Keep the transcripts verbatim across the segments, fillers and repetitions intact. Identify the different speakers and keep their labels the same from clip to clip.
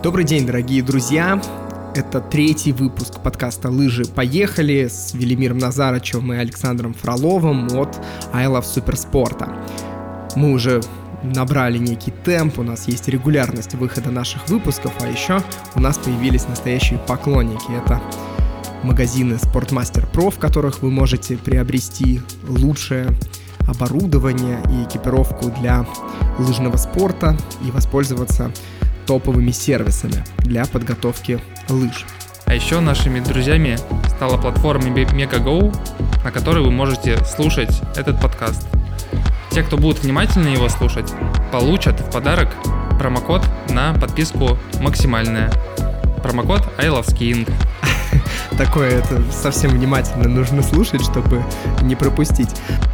Speaker 1: Добрый день, дорогие друзья! Это третий выпуск подкаста «Лыжи поехали» с Велимиром Назарычевым и Александром Фроловым от I Love Суперспорта. Мы уже набрали некий темп, у нас есть регулярность выхода наших выпусков, а еще у нас появились настоящие поклонники. Это магазины Sportmaster Pro, в которых вы можете приобрести лучшее оборудование и экипировку для лыжного спорта и воспользоваться топовыми сервисами для подготовки лыж.
Speaker 2: А еще нашими друзьями стала платформа MegaGo, на которой вы можете слушать этот подкаст. Те, кто будут внимательно его слушать, получат в подарок промокод на подписку максимальная. Промокод I Love Skiing.
Speaker 1: Такое это совсем внимательно нужно слушать, чтобы не пропустить.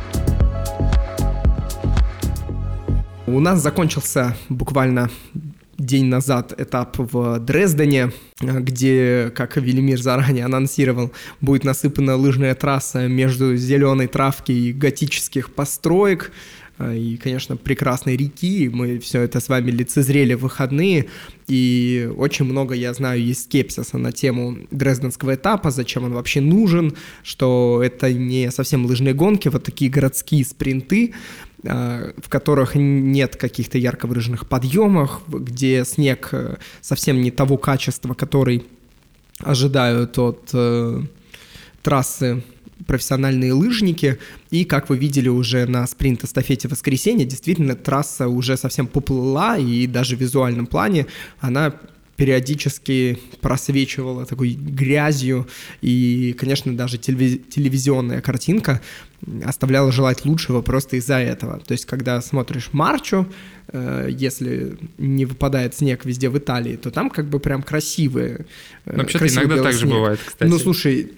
Speaker 1: У нас закончился буквально день назад этап в Дрездене, где, как Велимир заранее анонсировал, будет насыпана лыжная трасса между зеленой травки и готических построек, и, конечно, прекрасной реки. Мы все это с вами лицезрели в выходные, и очень много, я знаю, есть скепсиса на тему дрезденского этапа, зачем он вообще нужен, что это не совсем лыжные гонки, вот такие городские спринты, в которых нет каких-то ярко выраженных подъемов, где снег совсем не того качества, который ожидают от э, трассы профессиональные лыжники. И, как вы видели уже на спринт-эстафете воскресенья, действительно трасса уже совсем поплыла, и даже в визуальном плане она периодически просвечивала такой грязью, и, конечно, даже телевиз- телевизионная картинка оставляла желать лучшего просто из-за этого. То есть, когда смотришь Марчу, э, если не выпадает снег везде в Италии, то там как бы прям красивые. Э,
Speaker 2: Вообще-то иногда так же бывает, кстати.
Speaker 1: Ну, слушай,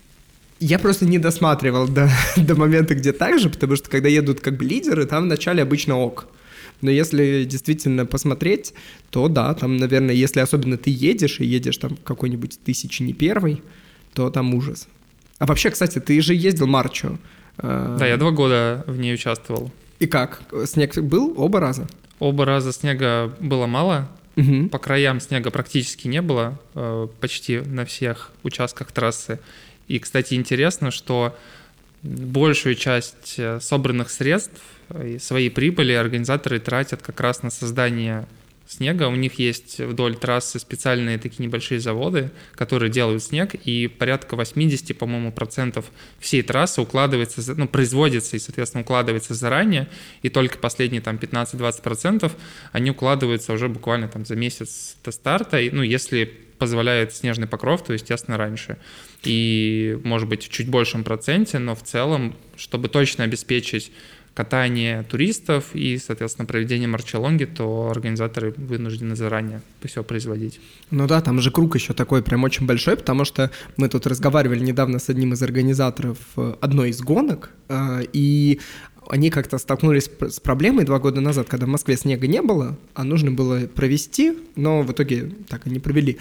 Speaker 1: я просто не досматривал до, до момента, где так же, потому что когда едут как бы лидеры, там вначале обычно ок. Но если действительно посмотреть, то да, там, наверное, если особенно ты едешь, и едешь там какой-нибудь тысячи не первый, то там ужас. А вообще, кстати, ты же ездил Марчу.
Speaker 2: Да, я два года в ней участвовал.
Speaker 1: И как? Снег был оба раза?
Speaker 2: Оба раза снега было мало.
Speaker 1: Угу.
Speaker 2: По краям снега практически не было, почти на всех участках трассы. И, кстати, интересно, что большую часть собранных средств и свои прибыли организаторы тратят как раз на создание снега. У них есть вдоль трассы специальные такие небольшие заводы, которые делают снег, и порядка восемьдесят, по-моему, процентов всей трассы укладывается, ну, производится и, соответственно, укладывается заранее, и только последние там пятнадцать-двадцать процентов они укладываются уже буквально там за месяц до старта, и, ну, если позволяет снежный покров, то, естественно, раньше. И, может быть, в чуть большем проценте, но в целом, чтобы точно обеспечить катание туристов и, соответственно, проведение марчелонги, то организаторы вынуждены заранее все производить.
Speaker 1: Ну да, там же круг еще такой прям очень большой, потому что мы тут разговаривали недавно с одним из организаторов одной из гонок, и они как-то столкнулись с проблемой два года назад, когда в Москве снега не было, а нужно было провести, но в итоге так и не провели.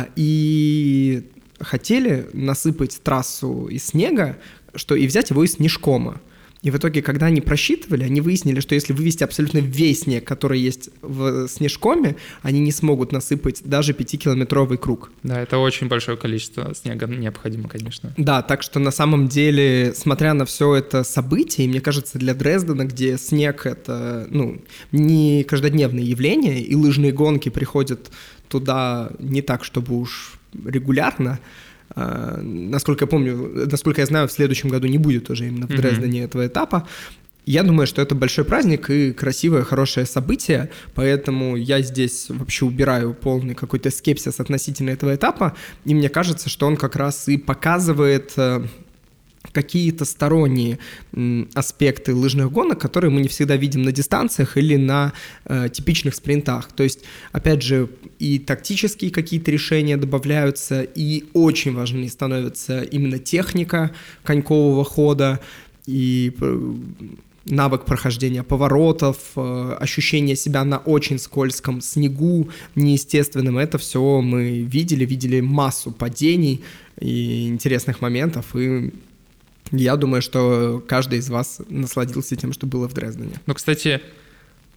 Speaker 1: И хотели насыпать трассу из снега, что и взять его из снежкома. И в итоге, когда они просчитывали, они выяснили, что если вывести абсолютно весь снег, который есть в снежкоме, они не смогут насыпать даже пятикилометровый круг.
Speaker 2: Да, это очень большое количество снега необходимо, конечно.
Speaker 1: Да, так что на самом деле, смотря на все это событие, мне кажется, для Дрездена, где снег — это, ну, не каждодневное явление, и лыжные гонки приходят туда не так, чтобы уж регулярно. Uh, насколько я помню, насколько я знаю, в следующем году не будет уже именно в Дрездене mm-hmm. этого этапа. Я думаю, что это большой праздник и красивое, хорошее событие, поэтому я здесь вообще убираю полный какой-то скепсис относительно этого этапа, и мне кажется, что он как раз и показывает какие-то сторонние м, аспекты лыжных гонок, которые мы не всегда видим на дистанциях или на э, типичных спринтах. То есть, опять же, и тактические какие-то решения добавляются, и очень важны становится именно техника конькового хода, и э, навык прохождения поворотов, э, ощущение себя на очень скользком снегу, неестественным. Это все мы видели, видели массу падений и интересных моментов, и я думаю, что каждый из вас насладился тем, что было в Дрездене.
Speaker 2: Ну, кстати,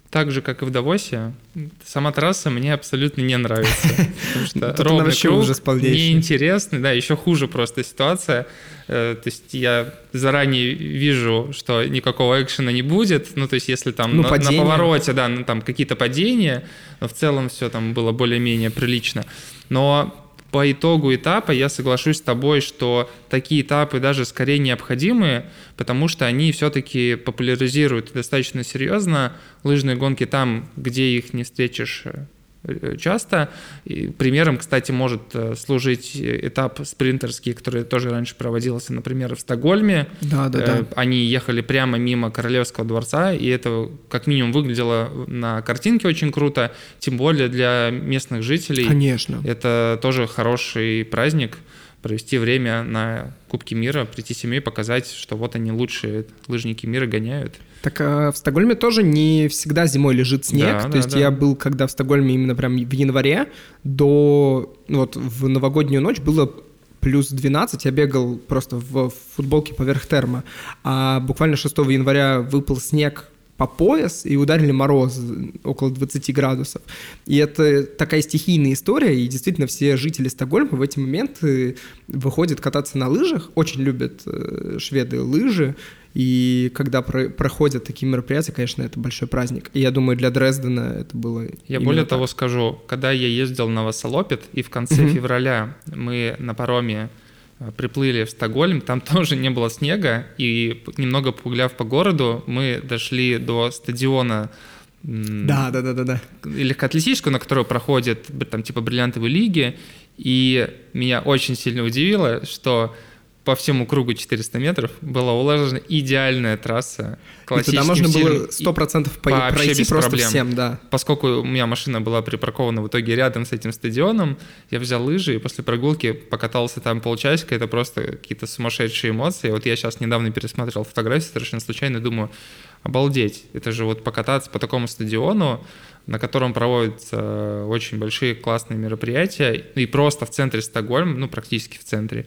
Speaker 2: так же, как и в Давосе, сама трасса мне абсолютно не нравится. Потому что ровный круг, неинтересный, да, еще хуже просто ситуация. То есть я заранее вижу, что никакого экшена не будет. Ну, то есть если там
Speaker 1: ну,
Speaker 2: на,
Speaker 1: на
Speaker 2: повороте, да, ну, там какие-то падения, но в целом все там было более-менее прилично. Но по итогу этапа я соглашусь с тобой, что такие этапы даже скорее необходимы, потому что они все-таки популяризируют достаточно серьезно лыжные гонки там, где их не встретишь часто. И примером, кстати, может служить этап спринтерский, который тоже раньше проводился, например, в Стокгольме.
Speaker 1: Да, да, да.
Speaker 2: Они ехали прямо мимо Королевского дворца, и это как минимум выглядело на картинке очень круто, тем более для местных жителей.
Speaker 1: Конечно.
Speaker 2: Это тоже хороший праздник, провести время на Кубке мира, прийти семьей, показать, что вот они лучшие лыжники мира гоняют.
Speaker 1: Так а в Стокгольме тоже не всегда зимой лежит снег.
Speaker 2: Да,
Speaker 1: То
Speaker 2: да,
Speaker 1: есть
Speaker 2: да.
Speaker 1: я был, когда в Стокгольме именно прям в январе, до вот в новогоднюю ночь было плюс двенадцать, я бегал просто в футболке поверх термо, а буквально шестого января выпал снег по пояс, и ударили мороз около двадцати градусов. И это такая стихийная история, и действительно все жители Стокгольма в эти моменты выходят кататься на лыжах, очень любят шведы лыжи, и когда про- проходят такие мероприятия, конечно, это большой праздник. И я думаю, для Дрездена это было
Speaker 2: Я более
Speaker 1: так.
Speaker 2: того скажу, когда я ездил на Вассалопет, и в конце mm-hmm. февраля мы на пароме приплыли в Стокгольм, там тоже не было снега, и немного погуляв по городу, мы дошли до стадиона
Speaker 1: да, да, да, да, да.
Speaker 2: легкоатлетического, на который проходят там типа бриллиантовые лиги, и меня очень сильно удивило, что по всему кругу четыреста метров была уложена идеальная трасса.
Speaker 1: И туда можно было сто процентов пройти просто проблем. Всем, да.
Speaker 2: Поскольку у меня машина была припаркована в итоге рядом с этим стадионом, я взял лыжи и после прогулки покатался там полчасика. Это просто какие-то сумасшедшие эмоции. Вот я сейчас недавно пересмотрел фотографии совершенно случайно и думаю, обалдеть, это же вот покататься по такому стадиону, на котором проводятся очень большие классные мероприятия, и просто в центре Стокгольма, ну практически в центре.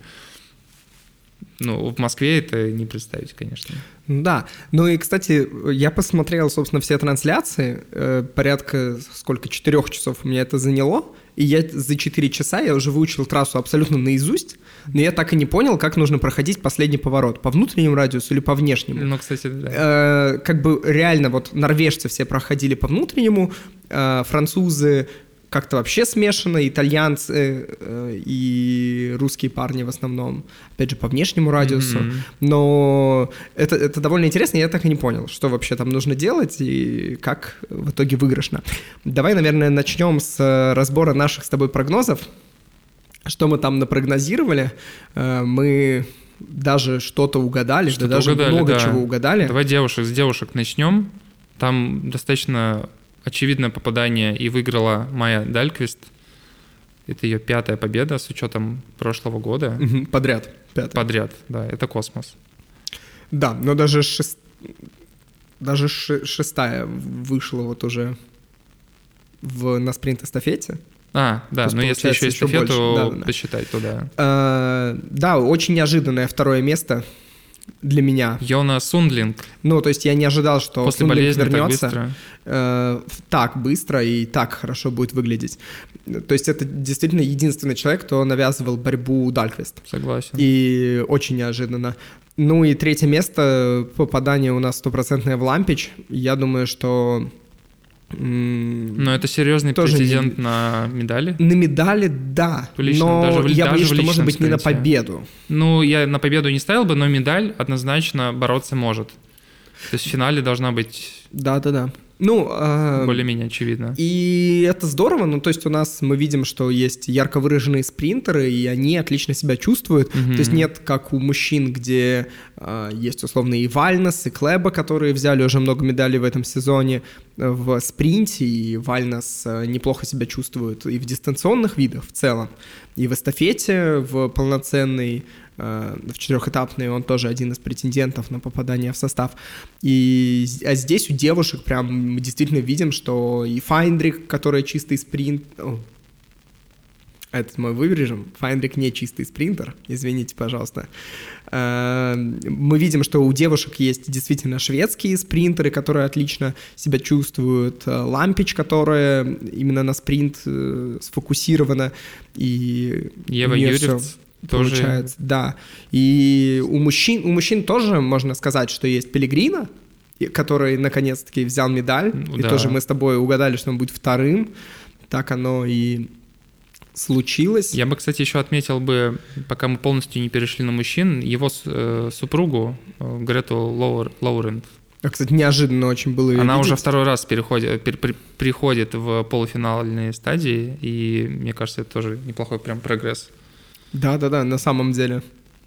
Speaker 2: Ну, в Москве это не представить, конечно.
Speaker 1: Да, ну и, кстати, я посмотрел, собственно, все трансляции, э, порядка, сколько, четырех часов у меня это заняло, и я за четыре часа я уже выучил трассу абсолютно наизусть, но я так и не понял, как нужно проходить последний поворот, по внутреннему радиусу или по внешнему.
Speaker 2: Ну, кстати, да.
Speaker 1: Э, как бы реально вот норвежцы все проходили по внутреннему, э, французы как-то вообще смешано, итальянцы э, и русские парни в основном, опять же, по внешнему радиусу, mm-hmm. но это, это довольно интересно, я так и не понял, что вообще там нужно делать и как в итоге выигрышно. Давай, наверное, начнем с разбора наших с тобой прогнозов, что мы там напрогнозировали, э, мы даже что-то угадали, что-то да даже угадали, много да. чего угадали.
Speaker 2: Давай девушек, с девушек начнем, там достаточно... очевидное попадание, и выиграла Майя Дальквист. Это ее пятая победа с учетом прошлого года.
Speaker 1: Подряд. Пятая.
Speaker 2: Подряд, да, это космос.
Speaker 1: Да, но даже, шест... даже шестая вышла вот уже в... на спринт-эстафете.
Speaker 2: А, да, но если еще эстафету да, да, посчитать, то да.
Speaker 1: А, да, очень неожиданное второе место для меня.
Speaker 2: Йона Сундлинг.
Speaker 1: Ну, то есть я не ожидал, что
Speaker 2: после
Speaker 1: Сундлинг
Speaker 2: болезни
Speaker 1: вернется
Speaker 2: так быстро.
Speaker 1: Э, так быстро и так хорошо будет выглядеть. То есть это действительно единственный человек, кто навязывал борьбу Дальквист.
Speaker 2: Согласен.
Speaker 1: И очень неожиданно. Ну и третье место, попадание у нас стопроцентное в Лампич. Я думаю, что...
Speaker 2: Но это серьезный претендент не... на медали?
Speaker 1: На медали, да.
Speaker 2: Лично,
Speaker 1: но
Speaker 2: даже в,
Speaker 1: я
Speaker 2: даже
Speaker 1: боюсь, что, может быть, спринте. Не на победу.
Speaker 2: Ну, я на победу не ставил бы, но медаль однозначно бороться может. То есть в финале должна быть...
Speaker 1: Да-да-да. Ну, э,
Speaker 2: более-менее очевидно.
Speaker 1: И это здорово, ну, то есть у нас мы видим, что есть ярко выраженные спринтеры, и они отлично себя чувствуют, mm-hmm. то есть нет, как у мужчин, где э, есть условно и Вальнес, и Клеба, которые взяли уже много медалей в этом сезоне в спринте, и Вальнес неплохо себя чувствует и в дистанционных видах в целом, и в эстафете, в полноценной, в четырехэтапной он тоже один из претендентов на попадание в состав. И, а здесь у девушек прям мы действительно видим, что и Файндрих, которая чистый спринт... О, этот мы вырежем. Файндрик не чистый спринтер, извините, пожалуйста. Мы видим, что у девушек есть действительно шведские спринтеры, которые отлично себя чувствуют. Лампич, которая именно на спринт сфокусирована. И
Speaker 2: Ева Юрьевц
Speaker 1: получается, тоже. Да. И у мужчин, у мужчин тоже можно сказать, что есть Пеллегрино, который наконец-таки взял медаль. Да. И тоже мы с тобой угадали, что он будет вторым. Так оно и случилось.
Speaker 2: Я бы, кстати, еще отметил бы, пока мы полностью не перешли на мужчин, его э, супругу э, Грету Лоуэр, Лоурент.
Speaker 1: А, кстати, неожиданно очень было ее
Speaker 2: Она
Speaker 1: видеть.
Speaker 2: Уже второй раз переходит, при, при, приходит в полуфинальные стадии, и мне кажется, это тоже неплохой прям прогресс.
Speaker 1: Да-да-да, на самом деле.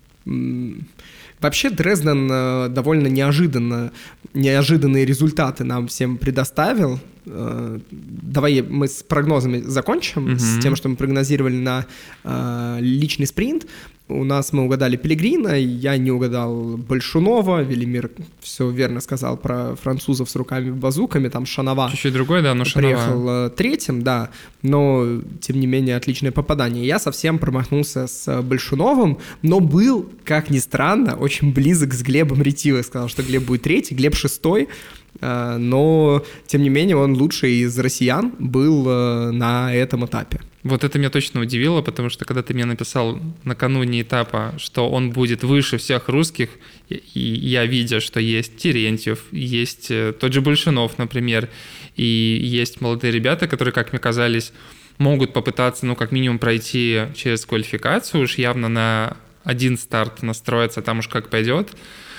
Speaker 1: Вообще Дрезден довольно неожиданно, неожиданные результаты нам всем предоставил. Давай мы с прогнозами закончим, mm-hmm. с тем, что мы прогнозировали на э, личный спринт. У нас мы угадали Пеллегрино, я не угадал Большунова, Велимир все верно сказал про французов с руками-базуками, там Шанова.
Speaker 2: Чуть-чуть другой, да, но Шанова.
Speaker 1: Приехал третьим, да, но тем не менее отличное попадание. Я совсем промахнулся с Большуновым, но был, как ни странно, очень близок с Глебом Ретивой. Сказал, что Глеб будет третий, Глеб шестой. Но, тем не менее, он лучший из россиян был на этом этапе.
Speaker 2: Вот это меня точно удивило, потому что когда ты мне написал накануне этапа, что он будет выше всех русских, и я видя, что есть Терентьев, есть тот же Большунов, например, и есть молодые ребята, которые, как мне казалось, могут попытаться, ну, как минимум, пройти через квалификацию, уж явно на один старт настроиться, там уж как пойдет.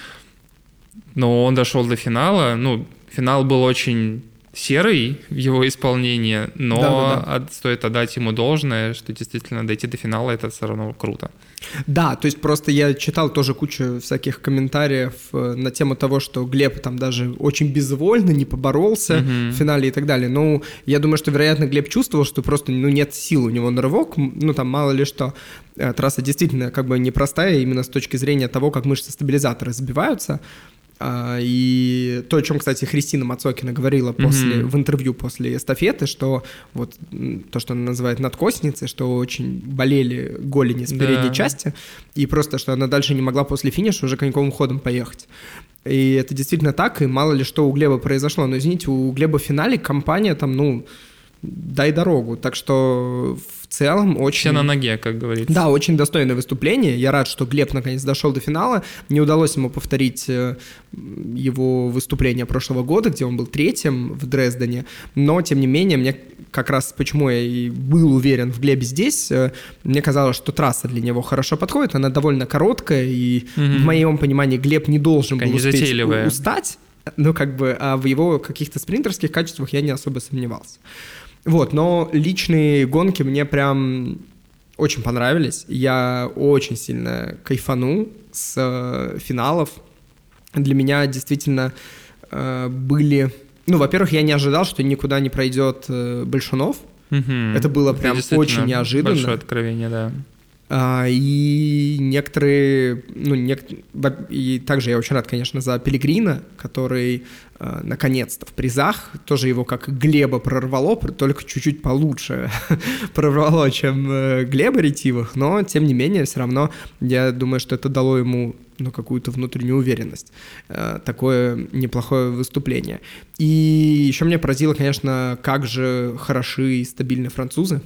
Speaker 2: Но он дошел до финала. Ну, финал был очень серый в его исполнении, но да, да, да. стоит отдать ему должное, что действительно дойти до финала — это все равно круто.
Speaker 1: Да, то есть просто я читал тоже кучу всяких комментариев на тему того, что Глеб там даже очень безвольно не поборолся uh-huh. в финале и так далее. Ну, я думаю, что, вероятно, Глеб чувствовал, что просто ну, нет сил у него на рывок, ну, там мало ли что. Трасса действительно как бы непростая именно с точки зрения того, как мышцы стабилизатора сбиваются. И то, о чем, кстати, Христина Мацокина говорила после, mm-hmm. в интервью после эстафеты, что вот то, что она называет надкосницей, что очень болели голени с передней да. части, и просто, что она дальше не могла после финиша уже коньковым ходом поехать. И это действительно так, и мало ли что у Глеба произошло. Но, извините, у Глеба в финале компания там, ну, дай дорогу. Так что в целом очень...
Speaker 2: Все на ноге, как говорится.
Speaker 1: Да, очень достойное выступление. Я рад, что Глеб наконец дошел до финала. Не удалось ему повторить его выступление прошлого года, где он был третьим в Дрездене. Но, тем не менее, мне как раз почему я и был уверен в Глебе здесь, мне казалось, что трасса для него хорошо подходит. Она довольно короткая, и mm-hmm. в моем понимании Глеб не должен был успеть устать. Ну, как бы, а в его каких-то спринтерских качествах я не особо сомневался. Вот, но личные гонки мне прям очень понравились. Я очень сильно кайфанул с э, финалов. Для меня действительно э, были... Ну, во-первых, я не ожидал, что никуда не пройдет э, Большунов. Угу. Это было это прям очень неожиданно.
Speaker 2: Большое откровение, да.
Speaker 1: А, и некоторые, ну, нек... и также я очень рад, конечно, за Пеллегрино, который а, наконец-то в призах, тоже его как Глеба прорвало, только чуть-чуть получше прорвало, чем э, Глеба Ретивых, но, тем не менее, все равно, я думаю, что это дало ему, ну, какую-то внутреннюю уверенность. Э, такое неплохое выступление. И еще меня поразило, конечно, как же хороши и стабильны французы.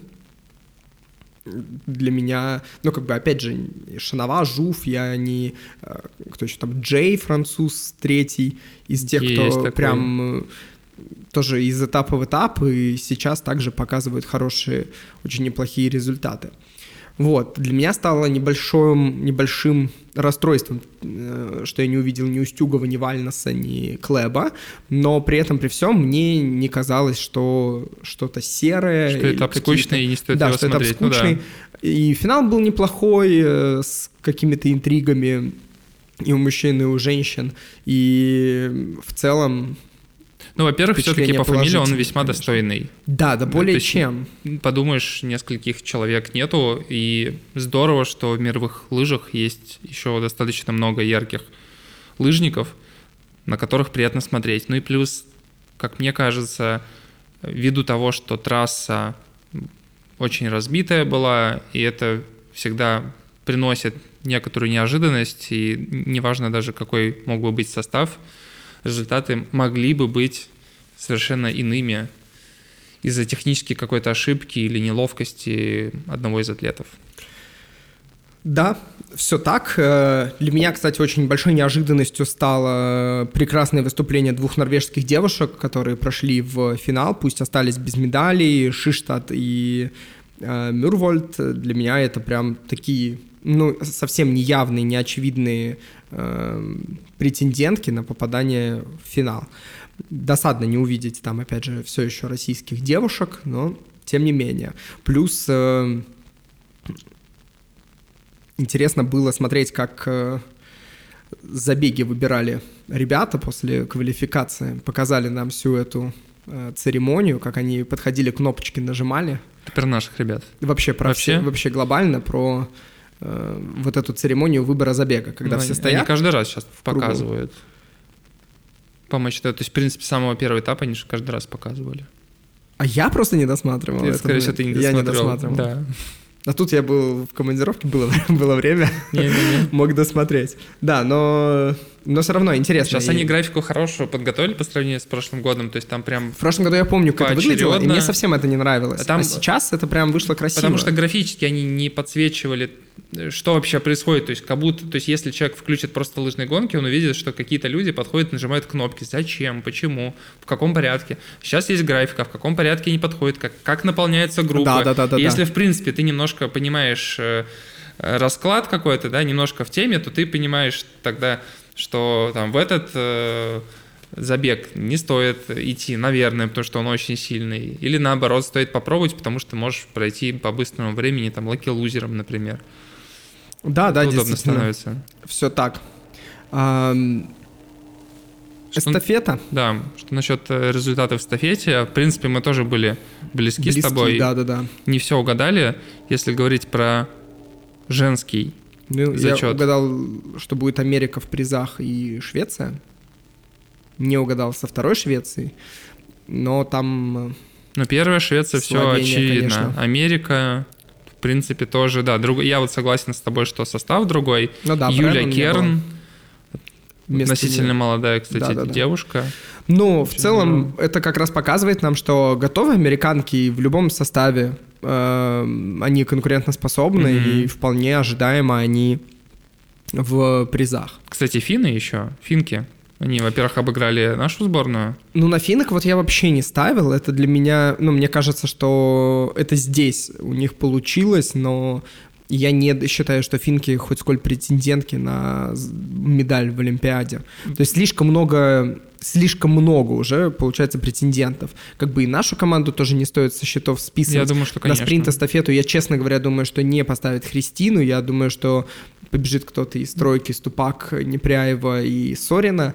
Speaker 1: Для меня, ну, как бы, опять же, Шанова, Жуф, я не... Кто еще там? Джей, француз, третий, из тех,
Speaker 2: Есть
Speaker 1: кто
Speaker 2: такой.
Speaker 1: Прям тоже из этапа в этап, и сейчас также показывают хорошие, очень неплохие результаты. Вот, для меня стало небольшим, небольшим расстройством, что я не увидел ни Устюгова, ни Вальнеса, ни Клэба, но при этом, при всем, мне не казалось, что что-то серое.
Speaker 2: Что этап скучный и не стоит
Speaker 1: да,
Speaker 2: его
Speaker 1: что
Speaker 2: смотреть.
Speaker 1: Этап скучный. Ну, да. И финал был неплохой, с какими-то интригами и у мужчин, и у женщин, и в целом...
Speaker 2: Ну, во-первых, все-таки по фамилии он весьма конечно. достойный.
Speaker 1: Да, да более чем.
Speaker 2: Подумаешь, нескольких человек нету, и здорово, что в мировых лыжах есть еще достаточно много ярких лыжников, на которых приятно смотреть. Ну и плюс, как мне кажется, ввиду того, что трасса очень разбитая была, и это всегда приносит некоторую неожиданность, и неважно даже, какой мог бы быть состав, результаты могли бы быть совершенно иными из-за технической какой-то ошибки или неловкости одного из атлетов.
Speaker 1: Да, все так. Для меня, кстати, очень большой неожиданностью стало прекрасное выступление двух норвежских девушек, которые прошли в финал, пусть остались без медалей, Шиштад и э, Мюрвольд. Для меня это прям такие, ну, совсем неявные, неочевидные э, претендентки на попадание в финал. Досадно не увидеть там, опять же, все еще российских девушек, но тем не менее. Плюс э, интересно было смотреть, как э, забеги выбирали ребята после квалификации. Показали нам всю эту э, церемонию, как они подходили, кнопочки нажимали.
Speaker 2: Это про наших ребят.
Speaker 1: Вообще, про
Speaker 2: вообще?
Speaker 1: Все, вообще глобально про э, вот эту церемонию выбора забега, когда
Speaker 2: ну,
Speaker 1: все
Speaker 2: они,
Speaker 1: стоят.
Speaker 2: Они каждый раз сейчас показывают. Помочь, то есть, в принципе, с самого первого этапа они же каждый раз показывали.
Speaker 1: А я просто не досматривал.
Speaker 2: Это, скорее всего, ты не досматривал.
Speaker 1: Я не досматривал.
Speaker 2: Да.
Speaker 1: А тут я был в командировке, было, было время,
Speaker 2: Не-не-не.
Speaker 1: мог досмотреть. Да, но, но все равно интересно.
Speaker 2: Сейчас и... они графику хорошую подготовили по сравнению с прошлым годом, то есть там прям...
Speaker 1: В прошлом году я помню, как это выглядело, и мне совсем это не нравилось. А, там... а сейчас это прям вышло красиво.
Speaker 2: Потому что графически они не подсвечивали, что вообще происходит, то есть как будто, то есть если человек включит просто лыжные гонки, он увидит, что какие-то люди подходят, нажимают кнопки. Зачем? Почему? В каком порядке? Сейчас есть графика, в каком порядке они подходят, как, как наполняется группа.
Speaker 1: Да, да, да, да,
Speaker 2: и если,
Speaker 1: да.
Speaker 2: в принципе, ты немножко понимаешь э, расклад какой-то, да, немножко в теме, то ты понимаешь тогда, что там в этот э, забег не стоит идти, наверное, потому что он очень сильный. Или наоборот, стоит попробовать, потому что можешь пройти по быстрому времени, там, лаки-лузером, например.
Speaker 1: Да, да,
Speaker 2: удобно
Speaker 1: действительно.
Speaker 2: становится.
Speaker 1: Все так. А, эстафета.
Speaker 2: Да, что насчет результатов в эстафете. В принципе, мы тоже были близки, близки с тобой.
Speaker 1: Да, да, да.
Speaker 2: Не все угадали. Если говорить про женский
Speaker 1: ну,
Speaker 2: зачет.
Speaker 1: Я угадал, что будет Америка в призах и Швеция. Не угадал со второй Швецией, но там...
Speaker 2: Ну, первая Швеция, все очевидно.
Speaker 1: Конечно.
Speaker 2: Америка... В принципе, тоже, да. Друг... Я вот согласен с тобой, что состав другой.
Speaker 1: Ну, да,
Speaker 2: Юля Керн, относительно
Speaker 1: нее.
Speaker 2: молодая, кстати,
Speaker 1: да, да,
Speaker 2: девушка.
Speaker 1: Ну, в целом, это как раз показывает нам, что готовы американки в любом составе. Э, они конкурентоспособны, mm-hmm. и вполне ожидаемо они в призах.
Speaker 2: Кстати, финны еще, финки. Они, во-первых, обыграли нашу сборную.
Speaker 1: Ну, на финок вот я вообще не ставил. Это для меня... Ну, мне кажется, что это здесь у них получилось, но я не считаю, что финки хоть сколь претендентки на медаль в Олимпиаде. То есть слишком много... Слишком много уже, получается, претендентов. Как бы и нашу команду тоже не стоит со счетов списывать.
Speaker 2: Я думаю, что, конечно.
Speaker 1: На спринт-эстафету я, честно говоря, думаю, что не поставит Христину. Я думаю, что побежит кто-то из тройки, Ступак, Непряева и Сорина.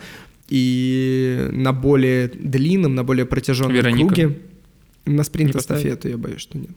Speaker 1: И на более длинном, на более протяженном Вероника. Круге на спринт-эстафету, я боюсь, что нет.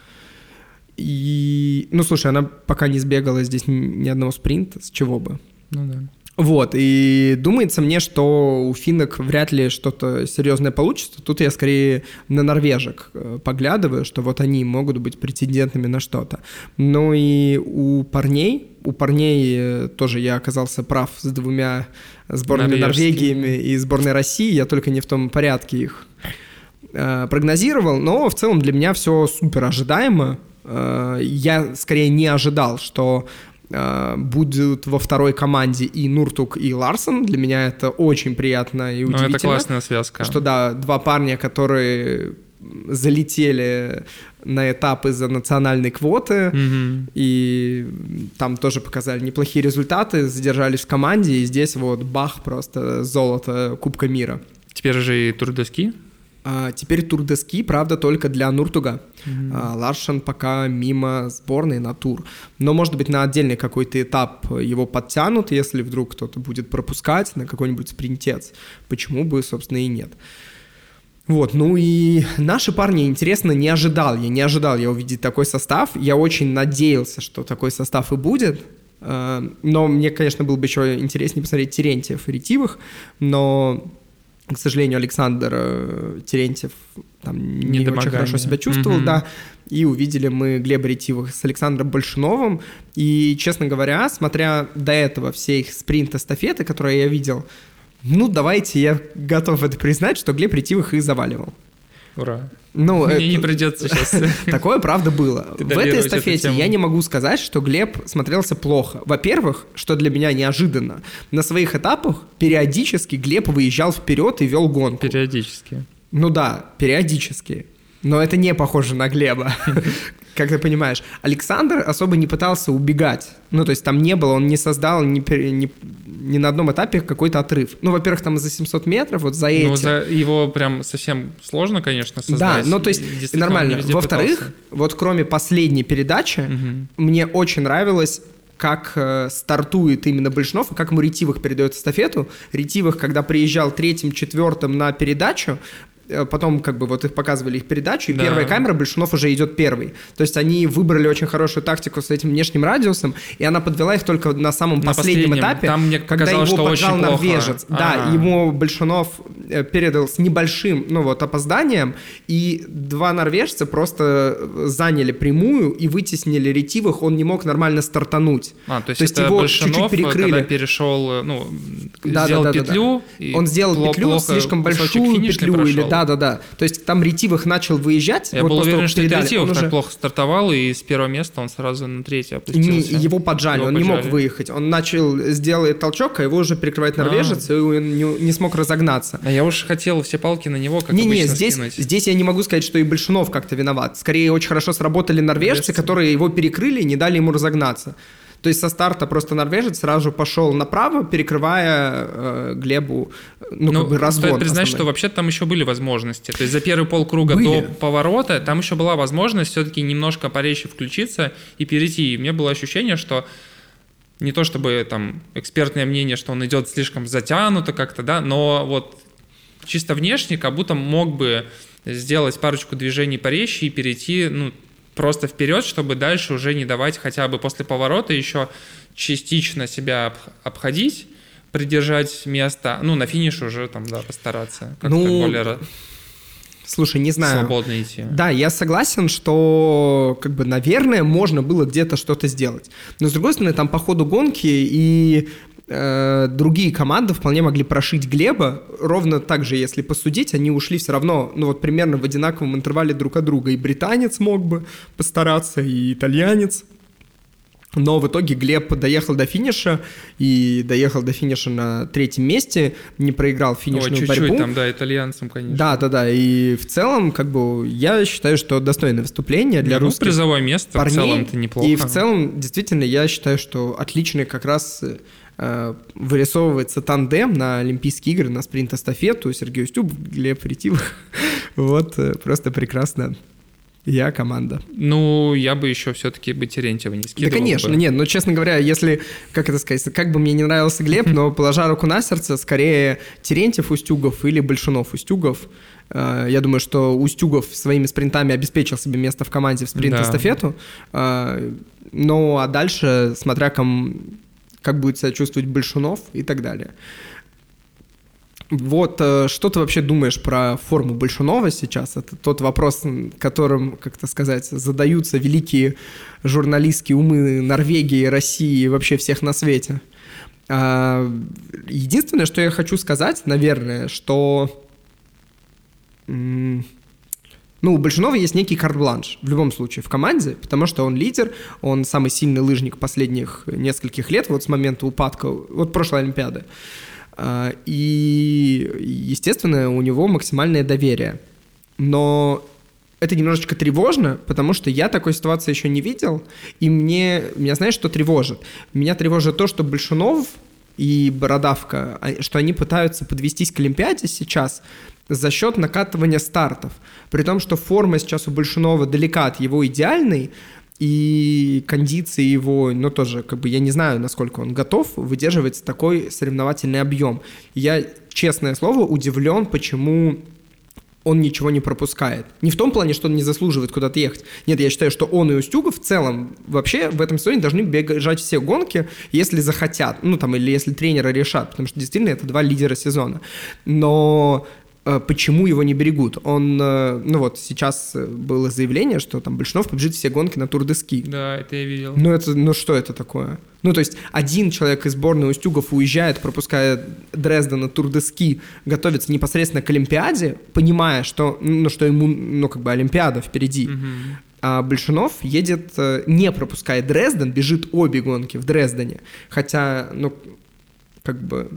Speaker 1: И, ну, слушай, она пока не сбегала здесь ни одного спринта, с чего бы.
Speaker 2: Ну да.
Speaker 1: Вот, и думается мне, что у финнок вряд ли что-то серьезное получится. Тут я скорее на норвежек поглядываю, что вот они могут быть претендентами на что-то. Ну и у парней, у парней тоже я оказался прав с двумя сборными Норвегиями и сборной России, я только не в том порядке их э, прогнозировал, но в целом для меня все супер ожидаемо. Э, я скорее не ожидал, что будут во второй команде и Нуртук, и Ларсон. Для меня это очень приятно и удивительно.
Speaker 2: Ну, это классная связка.
Speaker 1: Что, да, два парня, которые залетели на этап из-за национальной квоты,
Speaker 2: угу.
Speaker 1: и там тоже показали неплохие результаты, задержались в команде, и здесь вот бах, просто золото Кубка мира.
Speaker 2: Теперь же и Тур де Ски?
Speaker 1: А, теперь Тур де Ски, правда, только для Нуртуга.
Speaker 2: Mm-hmm.
Speaker 1: А, Ларсон пока мимо сборной на тур. Но, может быть, на отдельный какой-то этап его подтянут, если вдруг кто-то будет пропускать на какой-нибудь спринтец. Почему бы, собственно, и нет. Вот, ну и наши парни, интересно, не ожидал. Я не ожидал я увидеть такой состав. Я очень надеялся, что такой состав и будет. Но мне, конечно, было бы еще интереснее посмотреть Терентьев и Ретивых, но... к сожалению, Александр э, Терентьев там не очень хорошо себя чувствовал, mm-hmm. да, и увидели мы Глеба Ретивых с Александром Большуновым, и, честно говоря, смотря до этого все их спринт-эстафеты, которые я видел, ну, давайте, я готов это признать, что Глеб Ретивых и заваливал.
Speaker 2: Ура.
Speaker 1: Ну,
Speaker 2: Мне
Speaker 1: это...
Speaker 2: не придется сейчас.
Speaker 1: Такое, правда, было. В этой эстафете я не могу сказать, что Глеб смотрелся плохо. Во-первых, что для меня неожиданно, на своих этапах периодически Глеб выезжал вперед и вел гонку.
Speaker 2: Периодически.
Speaker 1: Ну да, периодически. Но это не похоже на Глеба, как ты понимаешь. Александр особо не пытался убегать. Ну, то есть там не было, он не создал ни, ни, ни на одном этапе какой-то отрыв. Ну, во-первых, там за семьсот метров, вот за эти.
Speaker 2: Ну, за его прям совсем сложно, конечно, создать.
Speaker 1: Да, ну, то есть нормально. Во-вторых, пытался. Вот кроме последней передачи, угу. мне очень нравилось, как э, стартует именно Большунов, и как ему Ретивых передает эстафету. Ретивых, когда приезжал третьим, четвертым на передачу, потом как бы вот их показывали их передачу, и да. первая камера, Большунов уже идет первый. То есть они выбрали очень хорошую тактику с этим внешним радиусом, и она подвела их только на самом на последнем этапе,
Speaker 2: там мне
Speaker 1: когда
Speaker 2: казалось,
Speaker 1: его поджал норвежец.
Speaker 2: Плохо.
Speaker 1: Да,
Speaker 2: А-а-а.
Speaker 1: ему Большунов передал с небольшим, ну вот, опозданием, и два норвежца просто заняли прямую и вытеснили Ретивых, он не мог нормально стартануть.
Speaker 2: А, то есть,
Speaker 1: то есть
Speaker 2: это
Speaker 1: его
Speaker 2: Большунов,
Speaker 1: чуть-чуть перекрыли.
Speaker 2: Когда перешел, ну,
Speaker 1: да,
Speaker 2: сделал
Speaker 1: да, да,
Speaker 2: петлю.
Speaker 1: Да, да. Он сделал
Speaker 2: плохо,
Speaker 1: петлю,
Speaker 2: плохо,
Speaker 1: слишком большую петлю, или да, да, да. То есть там Ретивых начал выезжать.
Speaker 2: Я
Speaker 1: вот
Speaker 2: был уверен, что
Speaker 1: передали,
Speaker 2: Ретивых так
Speaker 1: уже...
Speaker 2: плохо стартовал, и с первого места он сразу на третье опустился.
Speaker 1: Не, его поджали, его он поджали. не мог выехать. Он начал, сделать толчок, а его уже перекрывает норвежец, А-а-а. и он не, не смог разогнаться.
Speaker 2: А я уж хотел все палки на него, как
Speaker 1: не,
Speaker 2: обычно,
Speaker 1: не, здесь,
Speaker 2: скинуть.
Speaker 1: Здесь я не могу сказать, что и Большунов как-то виноват. Скорее, очень хорошо сработали норвежцы, Норвежцы. которые его перекрыли и не дали ему разогнаться. То есть со старта просто норвежец сразу же пошел направо, перекрывая э, Глебу, ну, ну, как бы разгон.
Speaker 2: Стоит признать,
Speaker 1: основной.
Speaker 2: что вообще там еще были возможности. То есть за первый полкруга
Speaker 1: были.
Speaker 2: до поворота там еще была возможность все-таки немножко порезче включиться и перейти. И мне было ощущение, что не то чтобы там экспертное мнение, что он идет слишком затянуто как-то, да, но вот чисто внешне как будто мог бы сделать парочку движений порезче и перейти, ну, просто вперед, чтобы дальше уже не давать хотя бы после поворота еще частично себя обходить, придержать место, ну, на финише уже там, да, постараться как-то
Speaker 1: ну,
Speaker 2: более
Speaker 1: слушай, не знаю.
Speaker 2: свободно идти.
Speaker 1: Да, я согласен, что, как бы, наверное, можно было где-то что-то сделать. Но, с другой стороны, там по ходу гонки и э, другие команды вполне могли прошить Глеба. Ровно так же, если посудить, они ушли все равно, ну, вот примерно в одинаковом интервале друг от друга. И британец мог бы постараться, и итальянец. Но в итоге Глеб доехал до финиша, и доехал до финиша на третьем месте, не проиграл финишную
Speaker 2: Ой, чуть-чуть
Speaker 1: борьбу.
Speaker 2: там, да, итальянцам, конечно.
Speaker 1: Да, да, да, и в целом, как бы, я считаю, что достойное выступление для
Speaker 2: ну,
Speaker 1: русских
Speaker 2: призовое место
Speaker 1: парней.
Speaker 2: В целом-то неплохо.
Speaker 1: И в целом, действительно, я считаю, что отличный как раз э, вырисовывается тандем на Олимпийские игры, на спринт-эстафету. Сергей Устюбов, Глеб Ретивых. Вот, просто прекрасно. Я команда.
Speaker 2: Ну, я бы еще все-таки бы Терентьева не скидывал.
Speaker 1: Да, конечно, бы. Нет, но, честно говоря, если, как это сказать, как бы мне не нравился Глеб, но, положа руку на сердце, скорее Терентьев Устюгов или Большунов Устюгов. Я думаю, что Устюгов своими спринтами обеспечил себе место в команде в спринт-эстафету. Да. Ну, а дальше, смотря ком, как будет себя чувствовать Большунов и так далее. Вот, что ты вообще думаешь про форму Большунова сейчас? Это тот вопрос, которым, как-то сказать, задаются великие журналистские умы Норвегии, России и вообще всех на свете. Единственное, что я хочу сказать, наверное, что ну, у Большунова есть некий карт-бланш в любом случае в команде, потому что он лидер, он самый сильный лыжник последних нескольких лет, вот с момента упадка, вот прошлой Олимпиады. И, естественно, у него максимальное доверие. Но это немножечко тревожно, потому что я такой ситуации еще не видел, и мне, меня знаешь, что тревожит? Меня тревожит то, что Большунов и Бородавка, что они пытаются подвестись к Олимпиаде сейчас за счет накатывания стартов. При том, что форма сейчас у Большунова далека от его идеальной, и кондиции его, ну, тоже, как бы, я не знаю, насколько он готов выдерживать такой соревновательный объем. Я, честное слово, удивлен, почему он ничего не пропускает. Не в том плане, что он не заслуживает куда-то ехать. Нет, я считаю, что он и Устюгов в целом вообще в этом сезоне должны бежать все гонки, если захотят, ну там, или если тренеры решат, потому что действительно это два лидера сезона. Но э, почему его не берегут? Он, э, ну вот, сейчас было заявление, что там Большунов побежит все гонки на Тур-де-Ски.
Speaker 2: Да, это я видел.
Speaker 1: Ну, это, ну что это такое? Ну, то есть один человек из сборной Устюгов уезжает, пропуская Дрезден на Тур-де-Ски, готовится непосредственно к Олимпиаде, понимая, что, ну, что ему, ну, как бы Олимпиада впереди. Mm-hmm. А Большунов едет, не пропуская Дрезден, бежит обе гонки в Дрездене. Хотя, ну, как бы,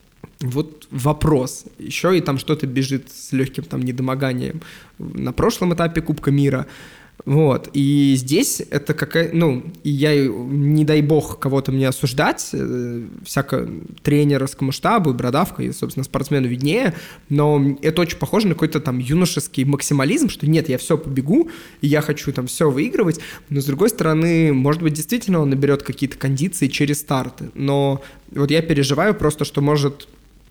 Speaker 1: вот вопрос. Еще и там что-то бежит с легким там недомоганием на прошлом этапе Кубка мира. Вот, и здесь это какая, ну, и я, не дай бог кого-то мне осуждать, всяко тренерскому штабу, Бородавка и, собственно, спортсмену виднее, но это очень похоже на какой-то там юношеский максимализм, что нет, я все побегу, и я хочу там все выигрывать, но, с другой стороны, может быть, действительно он наберет какие-то кондиции через старты, но вот я переживаю просто, что может...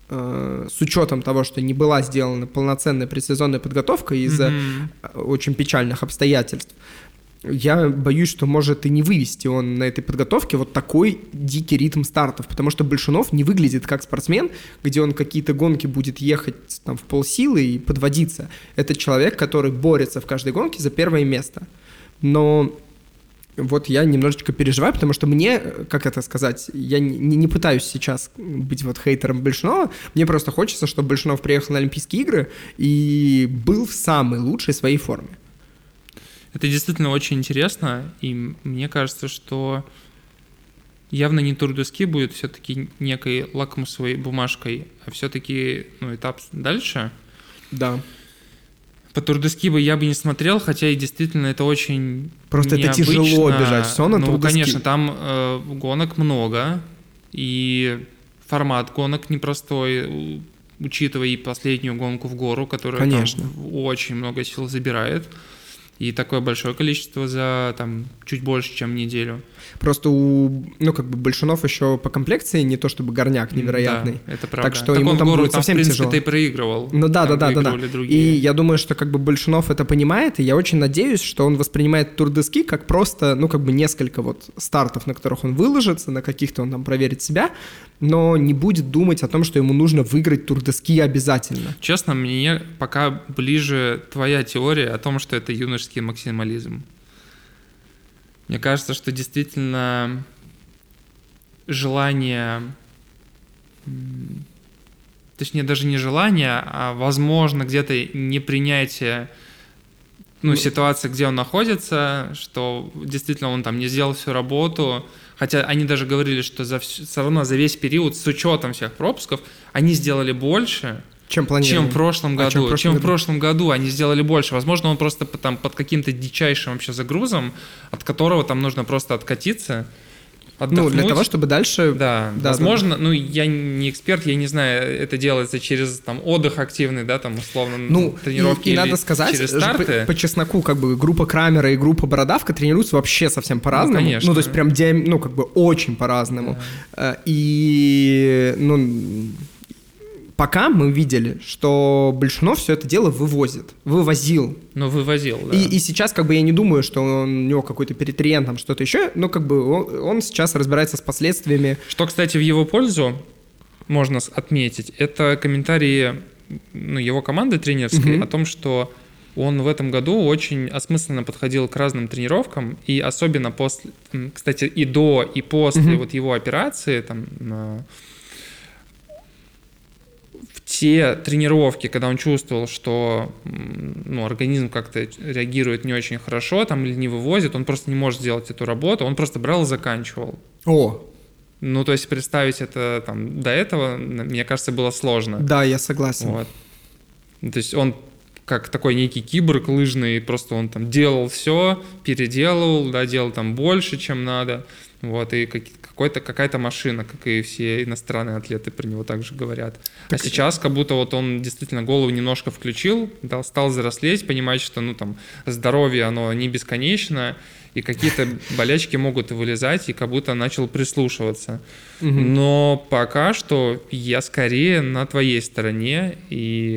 Speaker 1: с учетом того, что не была сделана полноценная предсезонная подготовка из-за mm-hmm. очень печальных обстоятельств, я боюсь, что может и не вывести он на этой подготовке вот такой дикий ритм стартов, потому что Большунов не выглядит как спортсмен, где он какие-то гонки будет ехать там в полсилы и подводиться. Это человек, который борется в каждой гонке за первое место. Но вот я немножечко переживаю, потому что мне, как это сказать, я не, не пытаюсь сейчас быть вот хейтером Большунова, мне просто хочется, чтобы Большунов приехал на Олимпийские игры и был в самой лучшей своей форме.
Speaker 2: Это действительно очень интересно, и мне кажется, что явно не Тур-де-Ски будет все-таки некой лакмусовой бумажкой, а все-таки, ну, этап дальше.
Speaker 1: Да.
Speaker 2: По Тур-де-Ски бы я бы не смотрел, хотя и действительно это очень
Speaker 1: Просто
Speaker 2: необычно.
Speaker 1: Это тяжело бежать все на
Speaker 2: ну,
Speaker 1: Тур-де-Ски.
Speaker 2: Конечно, там э, гонок много, и формат гонок непростой, учитывая и последнюю гонку в гору, которая
Speaker 1: конечно.
Speaker 2: Там очень много сил забирает. И такое большое количество за там чуть больше, чем неделю.
Speaker 1: Просто у, ну, как бы Большунов еще по комплекции не то чтобы горняк невероятный.
Speaker 2: Да, это правда.
Speaker 1: Так что
Speaker 2: так
Speaker 1: ему
Speaker 2: он
Speaker 1: там
Speaker 2: гору,
Speaker 1: будет
Speaker 2: там,
Speaker 1: совсем
Speaker 2: в принципе,
Speaker 1: тяжело.
Speaker 2: ты проигрывал.
Speaker 1: Ну да, да, да, да, да.
Speaker 2: Другие.
Speaker 1: И я думаю, что как бы Большунов это понимает, и я очень надеюсь, что он воспринимает Тур-де-Ски как просто, ну, как бы несколько вот стартов, на которых он выложится, на каких-то он там проверит себя, но не будет думать о том, что ему нужно выиграть Тур-де-Ски обязательно.
Speaker 2: Честно, мне пока ближе твоя теория о том, что это юношеский максимализм. Мне кажется, что действительно желание, точнее даже не желание, а возможно где-то непринятие ну, ситуации, где он находится, что действительно он там не сделал всю работу, хотя они даже говорили, что за, все равно за весь период с учетом всех пропусков они сделали больше,
Speaker 1: чем,
Speaker 2: чем в прошлом году. А чем, в прошлом, чем
Speaker 1: году?
Speaker 2: в прошлом году они сделали больше. Возможно, он просто там, под каким-то дичайшим вообще загрузом, от которого там нужно просто откатиться, отдохнуть.
Speaker 1: Ну, для того, чтобы дальше...
Speaker 2: Да, да возможно, да, да. Ну, я не эксперт, я не знаю, это делается через там отдых активный, да, там, условно,
Speaker 1: ну,
Speaker 2: тренировки
Speaker 1: и, и
Speaker 2: или
Speaker 1: надо сказать,
Speaker 2: через старты.
Speaker 1: По, по чесноку, как бы, группа Крамера и группа Бородавка тренируются вообще совсем по-разному.
Speaker 2: Ну, конечно.
Speaker 1: Ну, то есть прям, диам... ну, как бы, очень по-разному. Да. И, ну... Пока мы видели, что Большунов все это дело вывозит, вывозил.
Speaker 2: Ну, вывозил, да.
Speaker 1: И, и сейчас как бы я не думаю, что он, у него какой-то перетрен, там что-то еще, но как бы он, он сейчас разбирается с последствиями.
Speaker 2: Что, кстати, в его пользу можно отметить, это комментарии ну, его команды тренерской mm-hmm. о том, что он в этом году очень осмысленно подходил к разным тренировкам, и особенно после, кстати, и до, и после mm-hmm. вот его операции, там, те тренировки, когда он чувствовал, что ну, организм как-то реагирует не очень хорошо, там, или не вывозит, он просто не может сделать эту работу, он просто брал и заканчивал.
Speaker 1: О!
Speaker 2: Ну, то есть представить это там до этого, мне кажется, было сложно.
Speaker 1: Да, я согласен.
Speaker 2: Вот. То есть он как такой некий киборг лыжный, просто он там делал все, переделывал, да, делал там больше, чем надо. Вот, и какой-то, какая-то машина, как и все иностранные атлеты про него также говорят. Так а сейчас как будто вот он действительно голову немножко включил, да, стал взрослеть, понимать, что ну, там, здоровье, оно не бесконечно, и какие-то болячки могут вылезать, и как будто начал прислушиваться. Угу. Но пока что я скорее на твоей стороне, и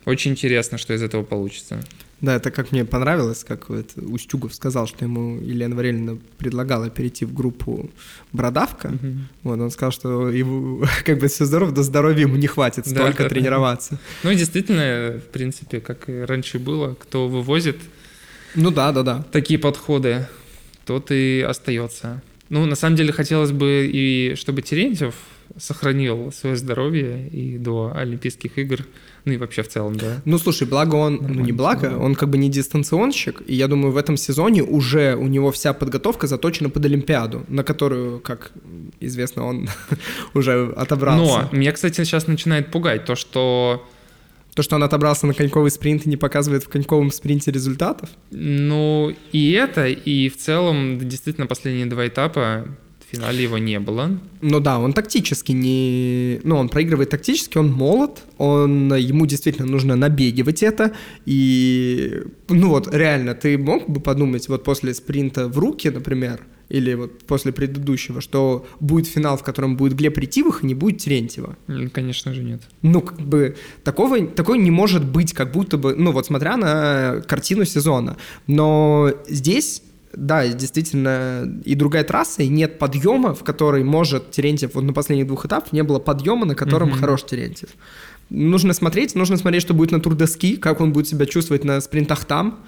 Speaker 2: Очень интересно, что из этого получится.
Speaker 1: Да, это как мне понравилось, как вот Устюгов сказал, что ему Елена Варельевна предлагала перейти в группу «Бородавка». Угу. Вот, он сказал, что его, как бы все здорово, до здоровья ему не хватит столько да, тренироваться.
Speaker 2: Да. Ну, действительно, в принципе, как и раньше было, кто вывозит
Speaker 1: ну, да, да, да.
Speaker 2: такие подходы, тот и остается. Ну, на самом деле, хотелось бы и чтобы Терентьев сохранил свое здоровье и до Олимпийских игр, ну и вообще в целом, да.
Speaker 1: Ну, слушай, благо он, нормально, ну не благо, да. Он как бы не дистанционщик, и я думаю, в этом сезоне уже у него вся подготовка заточена под Олимпиаду, на которую, как известно, он уже отобрался.
Speaker 2: Но меня, кстати, сейчас начинает пугать то, что...
Speaker 1: То, что он отобрался на коньковый спринт и не показывает в коньковом спринте результатов?
Speaker 2: Ну, и это, и в целом, действительно, последние два этапа в финале его не было.
Speaker 1: Ну да, он тактически не... Ну, он проигрывает тактически, он молод, он... ему действительно нужно набегивать это, и... Ну вот, реально, ты мог бы подумать, вот после спринта в руки, например, или вот после предыдущего, что будет финал, в котором будет Глеб Ретивых, и не будет Терентьева?
Speaker 2: Конечно же нет.
Speaker 1: Ну, как бы, такого, такого не может быть, как будто бы, ну, вот смотря на картину сезона. Но здесь, да, действительно, и другая трасса, и нет подъема, в который может Терентьев, вот на последних двух этапах не было подъема, на котором mm-hmm. хорош Терентьев. Нужно смотреть, нужно смотреть, что будет на Тур-де-Ски, как он будет себя чувствовать на спринтах там,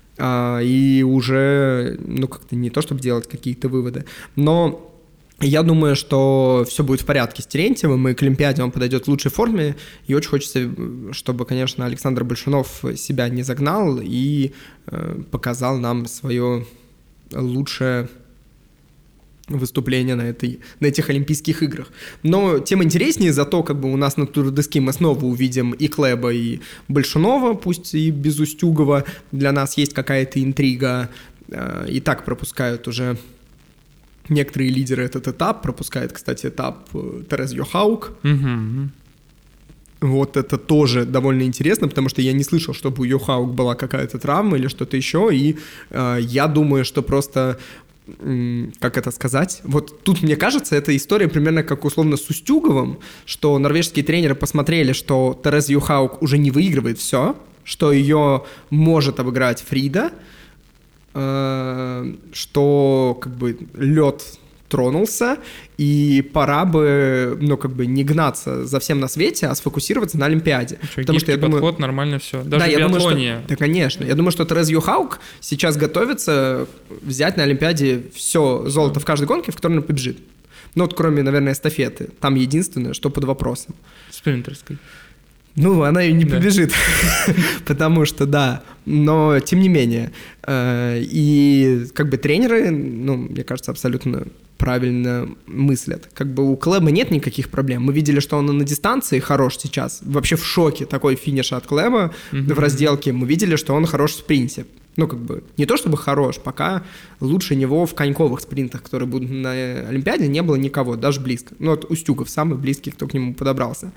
Speaker 1: и уже, ну, как-то не то, чтобы делать какие-то выводы, но я думаю, что все будет в порядке с Терентьевым, и к Олимпиаде он подойдет в лучшей форме, и очень хочется, чтобы, конечно, Александр Большунов себя не загнал и показал нам свое лучшее выступление на, этой, на этих Олимпийских играх. Но тем интереснее, зато как бы у нас на Тур-де-Ски мы снова увидим и Клэба, и Большунова, пусть и без Устюгова. Для нас есть какая-то интрига. И так пропускают уже некоторые лидеры этот этап. Пропускает, кстати, этап Терез Йохаук.
Speaker 2: Mm-hmm.
Speaker 1: Вот это тоже довольно интересно, потому что я не слышал, чтобы у Йохаук была какая-то травма или что-то еще. И э, я думаю, что просто... как это сказать, вот тут, мне кажется, эта история примерно как условно с Устюговым, что норвежские тренеры посмотрели, что Терез Йохаук уже не выигрывает все, что ее может обыграть Фрида, э, что как бы лед тронулся, и пора бы, ну, как бы не гнаться за всем на свете, а сфокусироваться на Олимпиаде.
Speaker 2: Что, потому что я
Speaker 1: подход,
Speaker 2: думаю... нормально все. Даже
Speaker 1: да,
Speaker 2: в
Speaker 1: я
Speaker 2: биатлоне.
Speaker 1: Думаю, что... Да, конечно. Я думаю, что Терез Йохаук сейчас готовится взять на Олимпиаде все золото в каждой гонке, в которой она побежит. Ну, вот кроме, наверное, эстафеты. Там единственное, что под вопросом.
Speaker 2: Спринтерской.
Speaker 1: Ну, она и не побежит, да. Потому что, да, но тем не менее. И как бы тренеры, ну, мне кажется, абсолютно правильно мыслят. Как бы у Клэба нет никаких проблем. Мы видели, что он на дистанции хорош сейчас. Вообще в шоке такой финиш от Клэба mm-hmm. в разделке. Мы видели, что он хорош в спринте. Ну, как бы, не то чтобы хорош, пока лучше него в коньковых спринтах, которые будут на Олимпиаде, не было никого, даже близко. Ну, вот Устюгов самый близкий, кто к нему подобрался.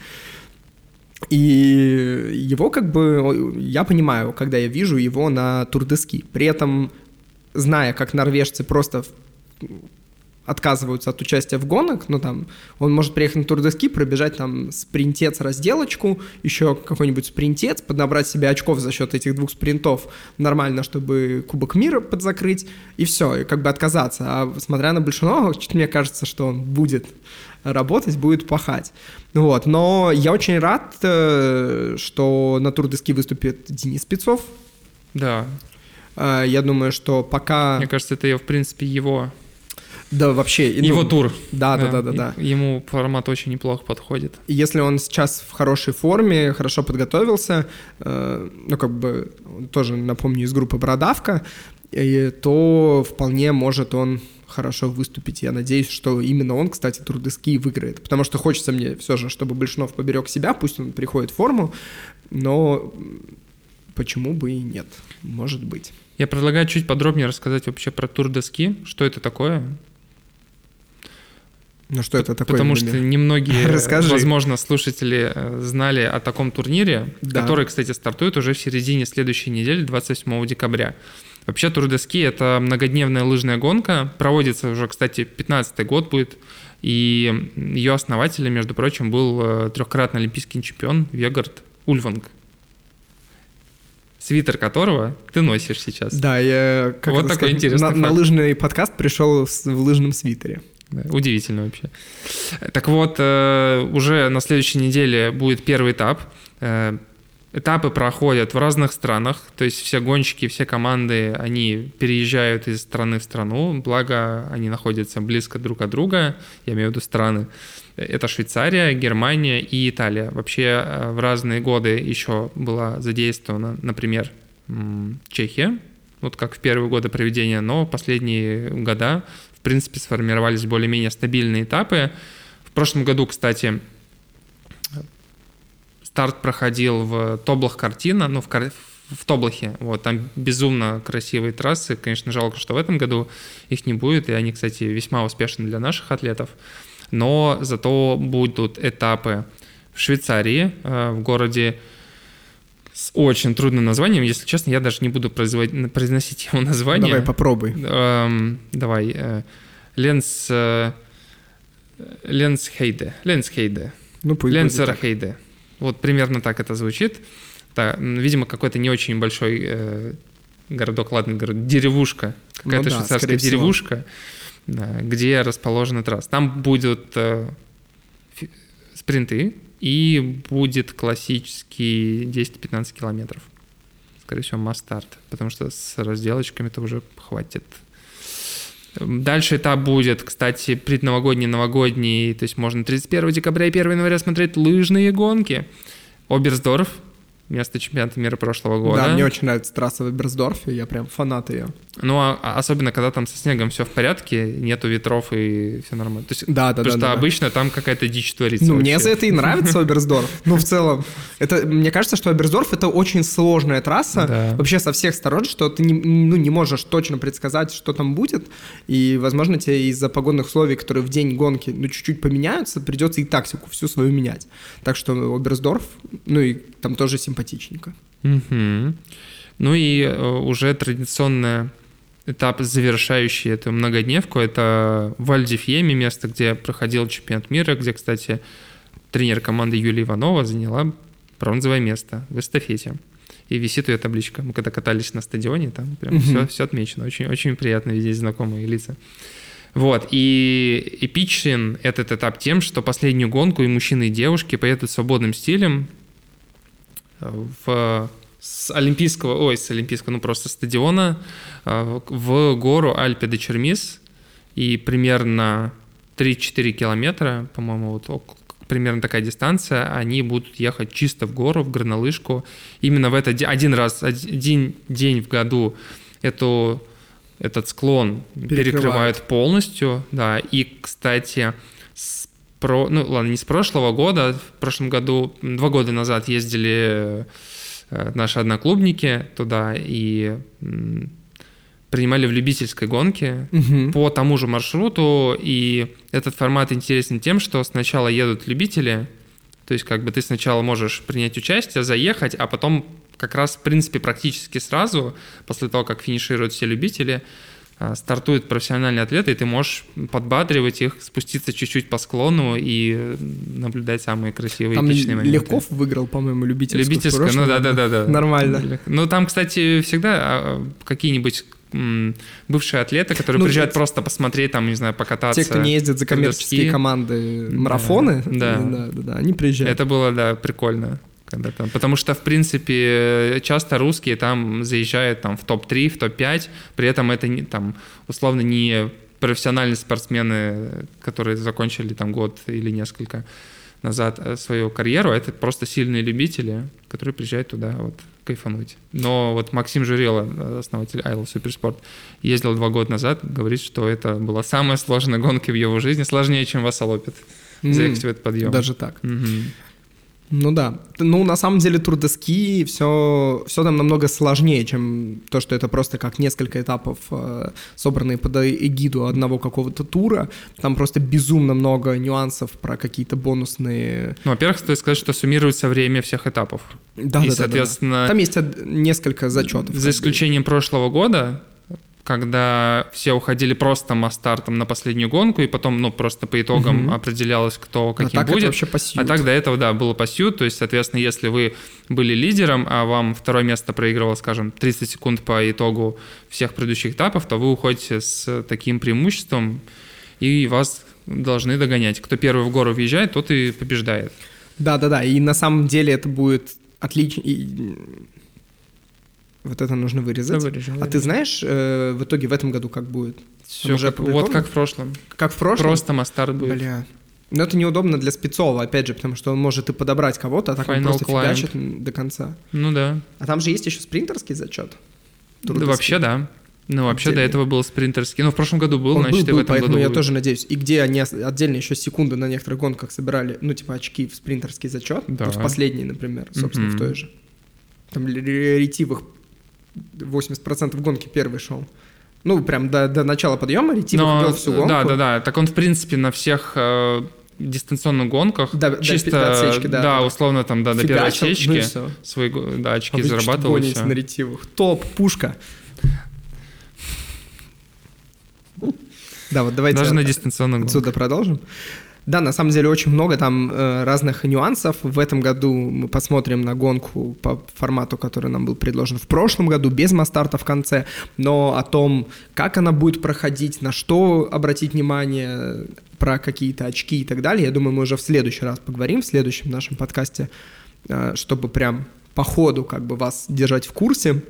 Speaker 1: И его как бы, я понимаю, когда я вижу его на Тур-де-Ски. При этом, зная, как норвежцы просто отказываются от участия в гонках, ну там, он может приехать на Тур-де-Ски, пробежать там спринтец-разделочку, еще какой-нибудь спринтец, поднабрать себе очков за счет этих двух спринтов нормально, чтобы Кубок мира подзакрыть, и все, и как бы отказаться. А смотря на Большунова, мне кажется, что он будет работать, будет пахать. Вот. Но я очень рад, что на Тур-де-Ски выступит Денис Спецов.
Speaker 2: Да.
Speaker 1: Я думаю, что пока...
Speaker 2: Мне кажется, это, в принципе, его...
Speaker 1: Да, вообще.
Speaker 2: Его
Speaker 1: ну,
Speaker 2: тур.
Speaker 1: Да, да, да, да, да.
Speaker 2: Ему формат очень неплохо подходит.
Speaker 1: Если он сейчас в хорошей форме, хорошо подготовился, э, ну, как бы, тоже, напомню, из группы «Бородавка», и, то вполне может он хорошо выступить. Я надеюсь, что именно он, кстати, Тур-де-Ски выиграет. Потому что хочется мне все же, чтобы Большунов поберег себя, пусть он приходит в форму, но почему бы и нет? Может быть.
Speaker 2: Я предлагаю чуть подробнее рассказать вообще про Тур-де-Ски, что это такое.
Speaker 1: Ну что это такое?
Speaker 2: Потому что немногие, возможно, слушатели знали о таком турнире, да. который, кстати, стартует уже в середине следующей недели, двадцать восьмого декабря. Вообще Тур-де-Ски — это многодневная лыжная гонка, проводится уже, кстати, пятнадцатый год будет, и ее основателем, между прочим, был трехкратный олимпийский чемпион Вегард Ульванг. свитер которого ты носишь сейчас.
Speaker 1: Да, я как
Speaker 2: вот такой
Speaker 1: сказать,
Speaker 2: интересный
Speaker 1: на,
Speaker 2: факт.
Speaker 1: на лыжный подкаст пришел в, в лыжном свитере.
Speaker 2: Да, удивительно вообще. Так вот, уже на следующей неделе будет первый этап. Этапы проходят в разных странах, то есть все гонщики, все команды, они переезжают из страны в страну, благо они находятся близко друг от друга, я имею в виду страны. Это Швейцария, Германия и Италия. Вообще в разные годы еще была задействована, например, Чехия, вот как в первые годы проведения, но в последние года, в принципе, сформировались более-менее стабильные этапы. В прошлом году, кстати, старт проходил в Тоблах-Картина, ну, в, Кар... в Тоблахе. Вот, там безумно красивые трассы. Конечно, жалко, что в этом году их не будет, и они, кстати, весьма успешны для наших атлетов. Но зато будут этапы в Швейцарии, в городе с очень трудным названием. Если честно, я даже не буду производ... произносить его название.
Speaker 1: Давай, попробуй.
Speaker 2: Эм, давай. Э, Ленс... Э, Ленсхейде. Ленсхейде.
Speaker 1: Ну, пусть
Speaker 2: Ленсерхейде. Вот примерно так это звучит. Да, видимо, какой-то не очень большой э, городок, ладно, город, деревушка, какая-то ну да, швейцарская деревушка, да, где расположена трасса. Там будут э, фи- спринты и будет классический десять-пятнадцать километров. Скорее всего, масс-старт, потому что с разделочками-то уже хватит. Дальше этап будет, кстати, предновогодний, новогодний, то есть можно тридцать первого декабря и первого января смотреть лыжные гонки. Оберсдорф, место чемпионата мира прошлого года.
Speaker 1: Да, мне очень нравится трасса в Оберсдорфе, я прям фанат ее.
Speaker 2: Ну, а особенно, когда там со снегом все в порядке, нету ветров и все нормально. То есть,
Speaker 1: да, да,
Speaker 2: потому
Speaker 1: да,
Speaker 2: что
Speaker 1: да,
Speaker 2: обычно да. там какая-то дичь творится.
Speaker 1: Ну,
Speaker 2: вообще.
Speaker 1: мне за это и нравится Оберсдорф. Ну, в целом, это, мне кажется, что Оберсдорф — это очень сложная трасса, да. вообще со всех сторон, что ты не, ну, не можешь точно предсказать, что там будет, и, возможно, тебе из-за погодных условий, которые в день гонки, ну, чуть-чуть поменяются, придется и тактику всю свою менять. Так что Оберсдорф, ну, и там тоже симпатичненько.
Speaker 2: Угу. Ну и уже традиционная этап, завершающий эту многодневку, это Валь-ди-Фьемме, место, где проходил чемпионат мира, где, кстати, тренер команды Юлия Иванова заняла бронзовое место в эстафете. И висит ее табличка. Мы когда катались на стадионе, там прям угу. все, все отмечено. Очень, очень приятно видеть знакомые лица. Вот. И эпичен этот этап тем, что последнюю гонку и мужчины, и девушки поедут свободным стилем в... с олимпийского, ой, с олимпийского, ну просто стадиона в гору Альпе-де-Чермис, и примерно три-четыре километра, по-моему, вот примерно такая дистанция, они будут ехать чисто в гору, в горнолыжку. Именно в этот один раз, один день в году эту, этот склон перекрывают. перекрывают полностью, да, и, кстати, с про, ну ладно, не с прошлого года, в прошлом году, два года назад ездили наши одноклубники туда и м, принимали в любительской гонке угу. по тому же маршруту, и этот формат интересен тем, что сначала едут любители, то есть как бы ты сначала можешь принять участие, заехать, а потом как раз в принципе практически сразу, после того, как финишируют все любители, стартуют профессиональные атлеты, и ты можешь подбадривать их, спуститься чуть-чуть по склону и наблюдать самые красивые
Speaker 1: там
Speaker 2: эпичные моменты.
Speaker 1: Легков выиграл, по-моему, любительскую.
Speaker 2: Любительскую, ну да-да-да.
Speaker 1: Нормально.
Speaker 2: Ну там, кстати, всегда какие-нибудь м, бывшие атлеты, которые ну, приезжают просто посмотреть, там, не знаю, покататься.
Speaker 1: Те, кто не ездит за коммерческие команды, марафоны,
Speaker 2: да.
Speaker 1: Да, да, да, да, они приезжают.
Speaker 2: Это было, да, прикольно. Когда там, потому что, в принципе, часто русские там заезжают там, в топ три, в топ пять, при этом это не, там, условно не профессиональные спортсмены, которые закончили там, год или несколько назад свою карьеру, а это просто сильные любители, которые приезжают туда вот, кайфануть. Но вот Максим Журело, основатель Айла Суперспорт, ездил два года назад, говорит, что это была самая сложная гонка в его жизни, сложнее, чем Васалопит, заехать mm, в этот подъем.
Speaker 1: Даже так.
Speaker 2: Mm-hmm.
Speaker 1: Ну да. Ну, на самом деле, тур де ски все, все там намного сложнее, чем то, что это просто как несколько этапов, э, собранные под эгиду одного какого-то тура. Там просто безумно много нюансов про какие-то бонусные...
Speaker 2: Ну, во-первых, стоит сказать, что суммируется время всех этапов.
Speaker 1: Да,
Speaker 2: и,
Speaker 1: да,
Speaker 2: соответственно,
Speaker 1: да, да. Там есть несколько зачетов.
Speaker 2: За исключением прошлого года, когда все уходили просто масс-стартом на последнюю гонку, и потом, ну, просто по итогам угу. определялось, кто каким
Speaker 1: а так
Speaker 2: будет.
Speaker 1: Это вообще пасьют.
Speaker 2: А так до этого, да, было пасьют, то есть, соответственно, если вы были лидером, а вам второе место проигрывало, скажем, тридцать секунд по итогу всех предыдущих этапов, то вы уходите с таким преимуществом, и вас должны догонять. Кто первый в гору въезжает, тот и побеждает.
Speaker 1: Да-да-да, и на самом деле это будет отлично. Вот это нужно вырезать. Да, вырежем, вырежем. А ты знаешь, э, в итоге в этом году как будет?
Speaker 2: Все, уже как, вот как в прошлом.
Speaker 1: Как в прошлом?
Speaker 2: Просто масс-старт будет.
Speaker 1: Бля. Но это неудобно для спецова, опять же, потому что он может и подобрать кого-то, а так Final он просто climb. Фигачит до конца.
Speaker 2: Ну да.
Speaker 1: А там же есть еще спринтерский зачет?
Speaker 2: Да, вообще да. Ну, вообще отдельно. До этого был спринтерский. Ну, в прошлом году был,
Speaker 1: он
Speaker 2: значит,
Speaker 1: был,
Speaker 2: и в
Speaker 1: был,
Speaker 2: этом году
Speaker 1: я
Speaker 2: будет.
Speaker 1: тоже надеюсь. И где они отдельно еще секунды на некоторых гонках собирали, ну, типа очки в спринтерский зачет. Да. Вот в последний, например, собственно, mm-hmm. в той же. Там ретивых восемьдесят процентов гонки первый шел. Ну, прям до, до начала подъема ретивых вел всю гонку.
Speaker 2: Да, да, да. Так он, в принципе, на всех э, дистанционных гонках
Speaker 1: до,
Speaker 2: чисто,
Speaker 1: до, до отсечки, да,
Speaker 2: да,
Speaker 1: да,
Speaker 2: условно, там, да, до первой отсечки ну, свои да, очки а зарабатывал. И все.
Speaker 1: На ретивых. Топ, пушка. Да, вот давайте
Speaker 2: даже на дистанционных
Speaker 1: отсюда гонках. Продолжим. Да, на самом деле очень много там э, разных нюансов. В этом году мы посмотрим на гонку по формату, который нам был предложен в прошлом году, без масс-старта в конце, но о том, как она будет проходить, на что обратить внимание, про какие-то очки и так далее, я думаю, мы уже в следующий раз поговорим, в следующем нашем подкасте, э, чтобы прям по ходу как бы вас держать в курсе.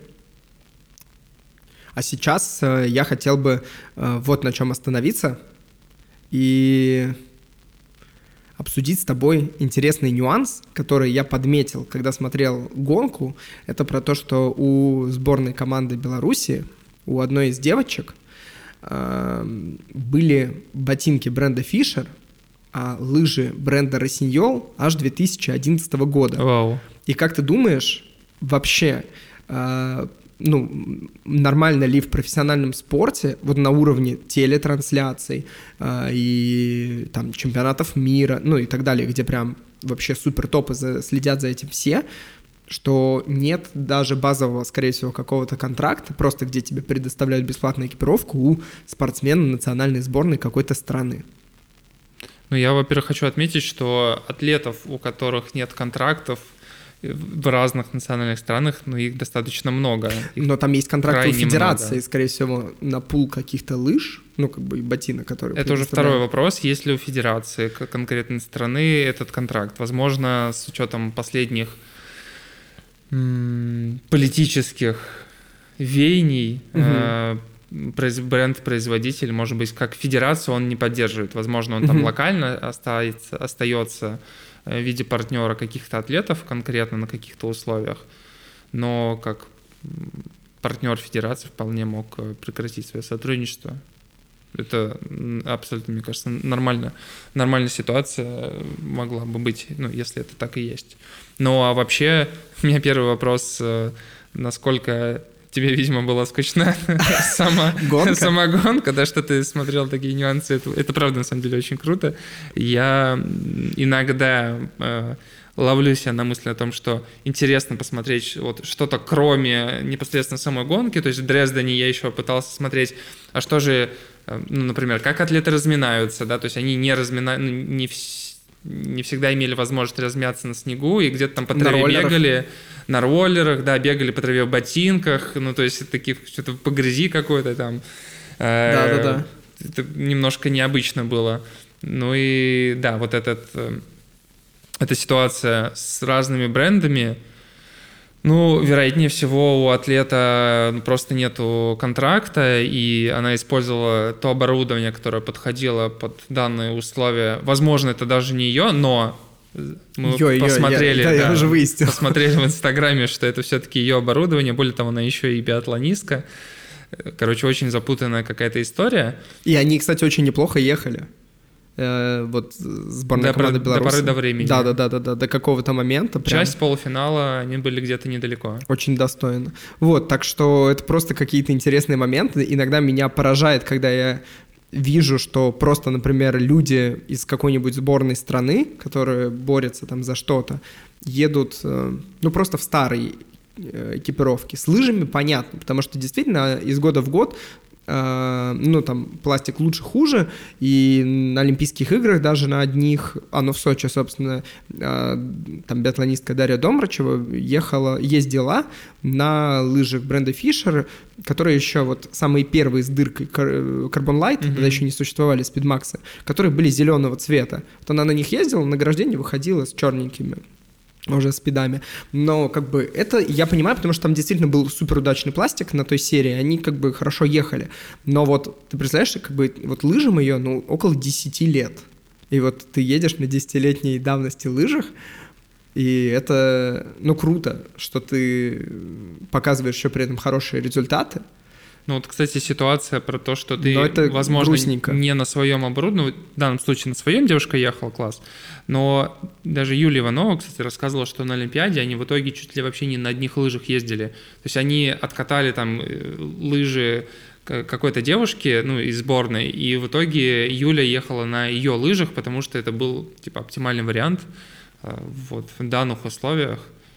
Speaker 1: А сейчас э, я хотел бы э, вот на чем остановиться и обсудить с тобой интересный нюанс, который я подметил, когда смотрел гонку. Это про то, что у сборной команды Беларуси, у одной из девочек, э, были ботинки бренда Fischer, а лыжи бренда Rossignol аж две тысячи одиннадцатого года.
Speaker 2: Wow.
Speaker 1: И как ты думаешь, вообще, э, ну, нормально ли в профессиональном спорте, вот на уровне телетрансляций э, и там чемпионатов мира, ну и так далее, где прям вообще супер топы за, следят за этим все, что нет даже базового, скорее всего, какого-то контракта, просто где тебе предоставляют бесплатную экипировку у спортсмена национальной сборной какой-то страны.
Speaker 2: Ну, я, во-первых, хочу отметить, что атлетов, у которых нет контрактов, в разных национальных странах, но их достаточно много. Их
Speaker 1: но там есть контракты у федерации, много. Скорее всего, на пул каких-то лыж, ну, как бы и ботинок, которые...
Speaker 2: Это уже второй вопрос. Есть ли у федерации конкретной страны этот контракт? Возможно, с учетом последних м- политических веяний, угу. э- бренд-производитель, может быть, как федерацию он не поддерживает. Возможно, он угу. там локально остается, остается в виде партнера каких-то атлетов конкретно на каких-то условиях, но как партнер федерации вполне мог прекратить свое сотрудничество. Это абсолютно, мне кажется, нормально, нормальная ситуация могла бы быть, ну, если это так и есть. Ну, а вообще, у меня первый вопрос, насколько тебе, видимо, была скучна сама гонка. сама гонка, да, что ты смотрел такие нюансы. Это, это правда, на самом деле, очень круто. Я иногда э, ловлю себя на мысли о том, что интересно посмотреть вот что-то кроме непосредственно самой гонки. То есть в Дрездене я еще пытался смотреть, а что же, э, ну, например, как атлеты разминаются, да, то есть они не разминают, ну, не все не всегда имели возможность размяться на снегу, и где-то там по траве бегали, на роллерах, да, бегали по траве в ботинках, ну, то есть таких, что-то по грязи какой-то там.
Speaker 1: Да-да-да.
Speaker 2: Это немножко необычно было. Ну и, да, вот этот, эта ситуация с разными брендами, ну, вероятнее всего, у атлета просто нету контракта, и она использовала то оборудование, которое подходило под данные условия. Возможно, это даже не ее, но мы
Speaker 1: Ё,
Speaker 2: посмотрели,
Speaker 1: я, да,
Speaker 2: да,
Speaker 1: я уже выяснил.
Speaker 2: посмотрели в Инстаграме, что это все-таки ее оборудование. Более того, она еще и биатлонистка. Короче, очень запутанная какая-то история.
Speaker 1: И они, кстати, очень неплохо ехали. Вот сборная команды Беларуси.
Speaker 2: До поры до времени.
Speaker 1: Да, да, да, да, да, до какого-то момента. Прям
Speaker 2: часть полуфинала, они были где-то недалеко.
Speaker 1: Очень достойно. Вот, так что это просто какие-то интересные моменты. Иногда меня поражает, когда я вижу, что просто, например, люди из какой-нибудь сборной страны, которые борются там за что-то, едут, ну, просто в старый экипировки. С лыжами понятно, потому что действительно из года в год ну, там, пластик лучше, хуже, и на Олимпийских играх даже на одних, а ну в Сочи, собственно, там биатлонистка Дарья Домрачева ехала, ездила на лыжах бренда Fischer, которые еще вот самые первые с дыркой Carbon Light, mm-hmm. тогда еще не существовали спидмаксы, которые были зеленого цвета. Вот она на них ездила, на награждение выходила с черненькими уже спидами, но как бы это я понимаю, потому что там действительно был суперудачный пластик на той серии, они как бы хорошо ехали, но вот ты представляешь, как бы вот лыжам ее, ну, около десяти лет, и вот ты едешь на десятилетней давности лыжах, и это, ну, круто, что ты показываешь еще при этом хорошие результаты.
Speaker 2: Ну вот, кстати, ситуация про то, что ты, возможно,
Speaker 1: грустненько.
Speaker 2: Не на своем оборудовании, в данном случае на своем девушка ехала, класс, но даже Юлия Иванова, кстати, рассказывала, что на Олимпиаде они в итоге чуть ли вообще не на одних лыжах ездили. То есть они откатали там лыжи какой-то девушки, ну, из сборной, и в итоге Юля ехала на ее лыжах, потому что это был, типа, оптимальный вариант вот в данных условиях.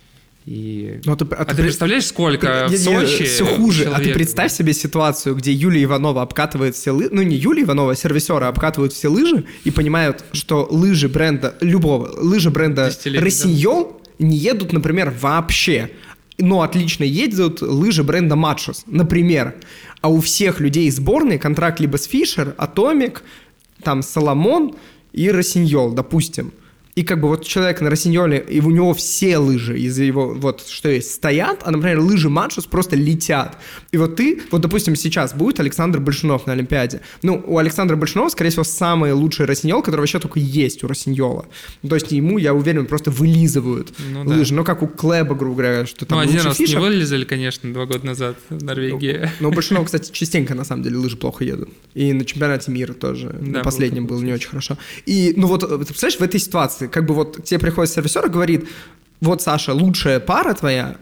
Speaker 2: И... Ну, а ты, а а ты, ты представляешь, сколько
Speaker 1: ты,
Speaker 2: в Сочи
Speaker 1: все хуже. Человек... А ты представь себе ситуацию, где Юлия Иванова обкатывает все лыжи, ну не Юлия Иванова, а сервисеры обкатывают все лыжи и понимают, что лыжи бренда, любого, лыжи бренда Росиньол не едут, например, вообще. Но отлично едут лыжи бренда Мачос, например. А у всех людей из сборной контракт либо с Fischer, Atomic, там Соломон и Росиньол, допустим. И как бы вот человек на Росиньоле, и у него все лыжи из-за его, вот, что есть, стоят, а, например, лыжи Мачос просто летят. И вот ты, вот, допустим, сейчас будет Александр Большунов на Олимпиаде. Ну, у Александра Большунова, скорее всего, самый лучший Росиньол, который вообще только есть у Росиньола. То есть ему, я уверен, просто вылизывают ну, лыжи. Да. Ну, как у Клэба, грубо говоря, что там
Speaker 2: ну, один раз
Speaker 1: Fischer.
Speaker 2: Не вылезали, конечно, два года назад в Норвегии.
Speaker 1: Ну, ну, у Большунова, кстати, частенько, на самом деле, лыжи плохо едут. И на чемпионате мира тоже. Да, на последнем было, было не очень хорошо. И, ну, вот, ты представляешь, в этой ситуации, как бы вот к тебе приходит сервисер и говорит: вот, Саша, лучшая пара твоя,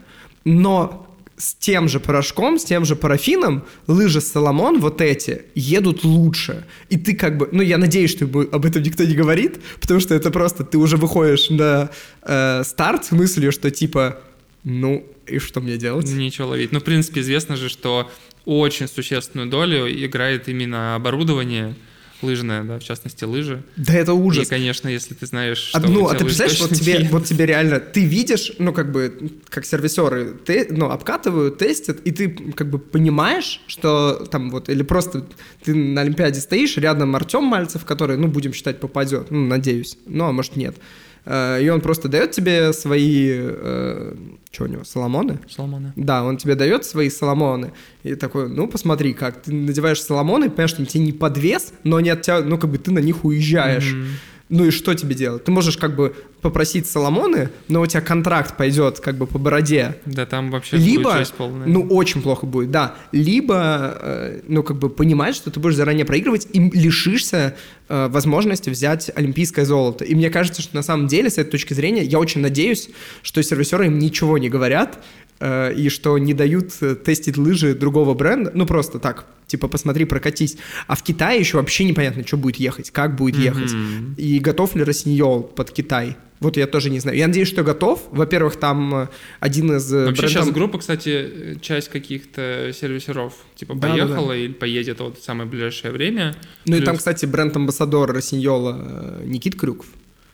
Speaker 1: но с тем же порошком, с тем же парафином лыжи Соломон вот эти едут лучше. И ты как бы, ну я надеюсь, что об этом никто не говорит, потому что это просто ты уже выходишь на э, старт с мыслью, что типа, ну и что мне делать?
Speaker 2: Ничего ловить. Ну, в принципе, известно же, что очень существенную долю играет именно оборудование лыжная, да, в частности, лыжи.
Speaker 1: Да это ужас.
Speaker 2: И, конечно, если ты знаешь, что
Speaker 1: ну,
Speaker 2: у тебя
Speaker 1: а ты представляешь, вот тебе, вот тебе реально, ты видишь, ну, как бы, как сервисеры, ты, ну, обкатывают, тестят, и ты, как бы, понимаешь, что там вот, или просто ты на Олимпиаде стоишь, рядом Артем Мальцев, который, ну, будем считать, попадет, ну, надеюсь, ну, а может, нет. И он просто дает тебе свои, э, что у него, соломоны?
Speaker 2: Соломоны.
Speaker 1: Да, он тебе дает свои соломоны. И такой, ну, посмотри, как ты надеваешь соломоны, понимаешь, что они тебе не подвес, но они от тебя, ну, как бы ты на них уезжаешь. Mm-hmm. Ну и что тебе делать? Ты можешь как бы попросить соломоны, но у тебя контракт пойдет как бы по бороде.
Speaker 2: Да, там вообще
Speaker 1: либо,
Speaker 2: будет жесть полная.
Speaker 1: Ну, очень плохо будет, да. Либо, э, ну, как бы понимать, что ты будешь заранее проигрывать и лишишься э, возможности взять олимпийское золото. И мне кажется, что на самом деле, с этой точки зрения, я очень надеюсь, что сервисеры им ничего не говорят, э, и что не дают тестить лыжи другого бренда. Ну, просто так, типа, посмотри, прокатись. А в Китае еще вообще непонятно, что будет ехать, как будет mm-hmm. ехать. И готов ли Росиньол под Китай. Вот я тоже не знаю. Я надеюсь, что готов. Во-первых, там один из
Speaker 2: Вообще
Speaker 1: брендов...
Speaker 2: сейчас группа, кстати, часть каких-то сервисеров, типа, да, поехала да, да. или поедет вот в самое ближайшее время.
Speaker 1: Ну
Speaker 2: Плюс...
Speaker 1: и там, кстати, бренд-амбассадор Росиньола Никит Крюков.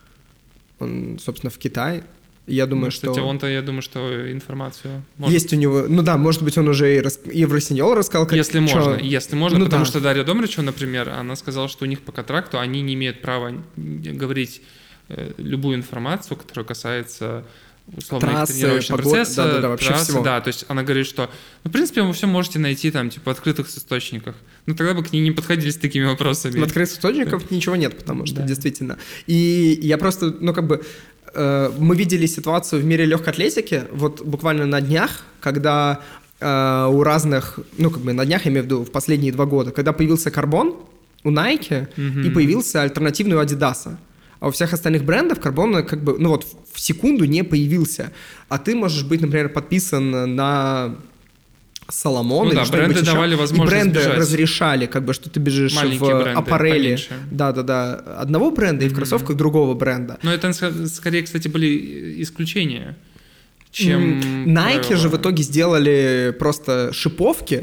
Speaker 1: Он, собственно, в Китае. Я думаю,
Speaker 2: ну,
Speaker 1: что...
Speaker 2: Кстати, он-то, я думаю, что информацию... Может...
Speaker 1: Есть у него... Ну да, может быть, он уже и, рас... и в Росиньол рассказал, как...
Speaker 2: Если что... можно, если можно, ну, потому
Speaker 1: да.
Speaker 2: что Дарья Домрачева, например, она сказала, что у них по контракту они не имеют права говорить э, любую информацию, которая касается условно
Speaker 1: трассы,
Speaker 2: их тренировочного
Speaker 1: погод...
Speaker 2: процесса,
Speaker 1: да, да, да, вообще
Speaker 2: трассы,
Speaker 1: всего.
Speaker 2: Да, то есть она говорит, что, ну, в принципе, вы все можете найти там, типа, в открытых источниках. Ну, тогда бы к ней не подходили с такими вопросами.
Speaker 1: В открытых источниках да. ничего нет, потому что,
Speaker 2: да.
Speaker 1: действительно. И я просто, ну, как бы... Мы видели ситуацию в мире легкой атлетики вот буквально на днях, когда э, у разных, ну как бы на днях, я имею в виду в последние два года, когда появился карбон у Nike mm-hmm. и появился альтернативный у Adidas. А у всех остальных брендов карбон как бы, ну вот в секунду не появился. А ты можешь быть, например, подписан на... Соломон ну, или
Speaker 2: да,
Speaker 1: что-нибудь
Speaker 2: бренды
Speaker 1: еще.
Speaker 2: давали возможность
Speaker 1: и бренды
Speaker 2: бежать.
Speaker 1: разрешали, как бы, что ты бежишь
Speaker 2: маленькие
Speaker 1: в
Speaker 2: бренды,
Speaker 1: аппареле да-да-да, одного бренда mm-hmm. и в кроссовках другого бренда.
Speaker 2: Но это скорее, кстати, были исключения. чем...
Speaker 1: Nike
Speaker 2: правила.
Speaker 1: же в итоге сделали просто шиповки,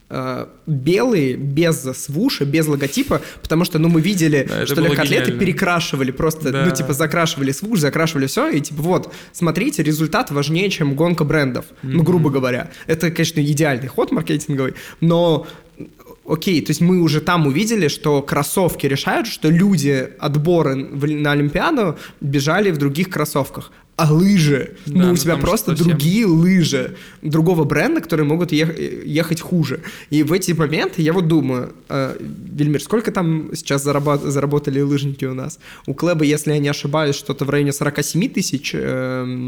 Speaker 1: белые, без свуша, без логотипа, потому что, ну, мы видели,
Speaker 2: да,
Speaker 1: что легкоатлеты перекрашивали просто, да. ну, типа, закрашивали свуш, закрашивали все, и, типа, вот, смотрите, результат важнее, чем гонка брендов, mm-hmm. ну, грубо говоря. Это, конечно, идеальный ход маркетинговый, но... Окей, то есть мы уже там увидели, что кроссовки решают, что люди отборы на Олимпиаду бежали в других кроссовках. А лыжи? Да, ну, у тебя просто совсем... другие лыжи другого бренда, которые могут ех- ехать хуже. И в эти моменты я вот думаю, э, Вельмир, сколько там сейчас зарабат- заработали лыжники у нас? У Клэба, если я не ошибаюсь, что-то в районе сорок семь тысяч э,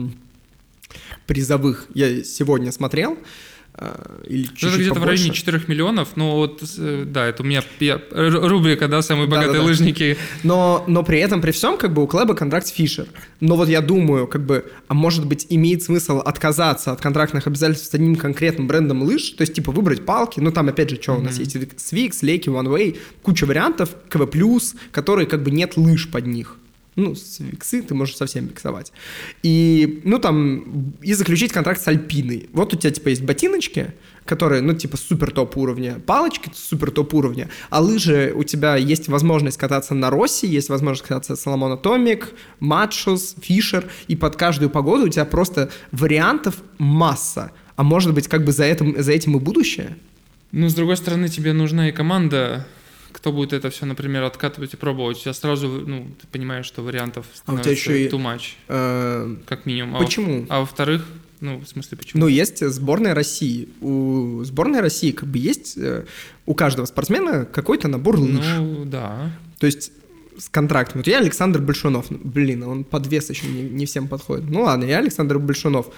Speaker 1: призовых я сегодня смотрел. Или чуть-чуть
Speaker 2: это где-то
Speaker 1: побольше.
Speaker 2: В районе четырёх миллионов, но вот, да, это у меня рубрика, да, самые богатые да, да, лыжники.
Speaker 1: Да. Но, но при этом, при всем, как бы у Клэба контракт с Fischer. Но вот я думаю, как бы, а может быть, имеет смысл отказаться от контрактных обязательств с одним конкретным брендом лыж, то есть, типа, выбрать палки, ну, там, опять же, что mm-hmm. у нас есть, Swix, Leki, One Way, куча вариантов, ка вэ плюс, которые, как бы, нет лыж под них. Ну, с виксы ты можешь совсем миксовать. И, ну, там, и заключить контракт с Альпиной. Вот у тебя, типа, есть ботиночки, которые, ну, типа, супер топ уровня, палочки супер топ уровня, а лыжи у тебя есть возможность кататься на Росси, есть возможность кататься с Salomon Atomic, Matchos, Fischer, и под каждую погоду у тебя просто вариантов масса. А может быть, как бы за этим, за этим и будущее?
Speaker 2: Ну, с другой стороны, тебе нужна и команда, кто будет это все, например, откатывать и пробовать. У тебя сразу, ну, ты понимаешь, что вариантов становится
Speaker 1: а у тебя еще
Speaker 2: too much,
Speaker 1: э...
Speaker 2: как минимум.
Speaker 1: Почему?
Speaker 2: А, а во-вторых, ну, в смысле, почему?
Speaker 1: Ну, есть сборная России. У сборной России как бы есть у каждого спортсмена какой-то набор лыж.
Speaker 2: Ну, да.
Speaker 1: То есть с контрактом. Вот я Александр Большунов. Блин, он под вес еще не, не всем подходит. Ну ладно, я Александр Большунов.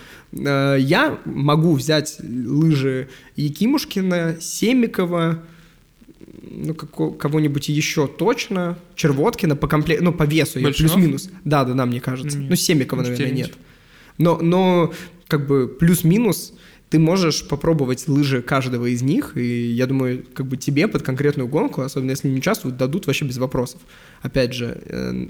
Speaker 1: Я могу взять лыжи Якимушкина, Семикова, ну, како, кого-нибудь еще точно, Червоткина по комплекту, ну, по весу, плюс-минус. Да-да-да, мне кажется. Нет. Ну, Семикова, наверное, нет. Но, но как бы плюс-минус ты можешь попробовать лыжи каждого из них, и я думаю, как бы тебе под конкретную гонку, особенно если не участвуют, дадут вообще без вопросов. Опять же, э,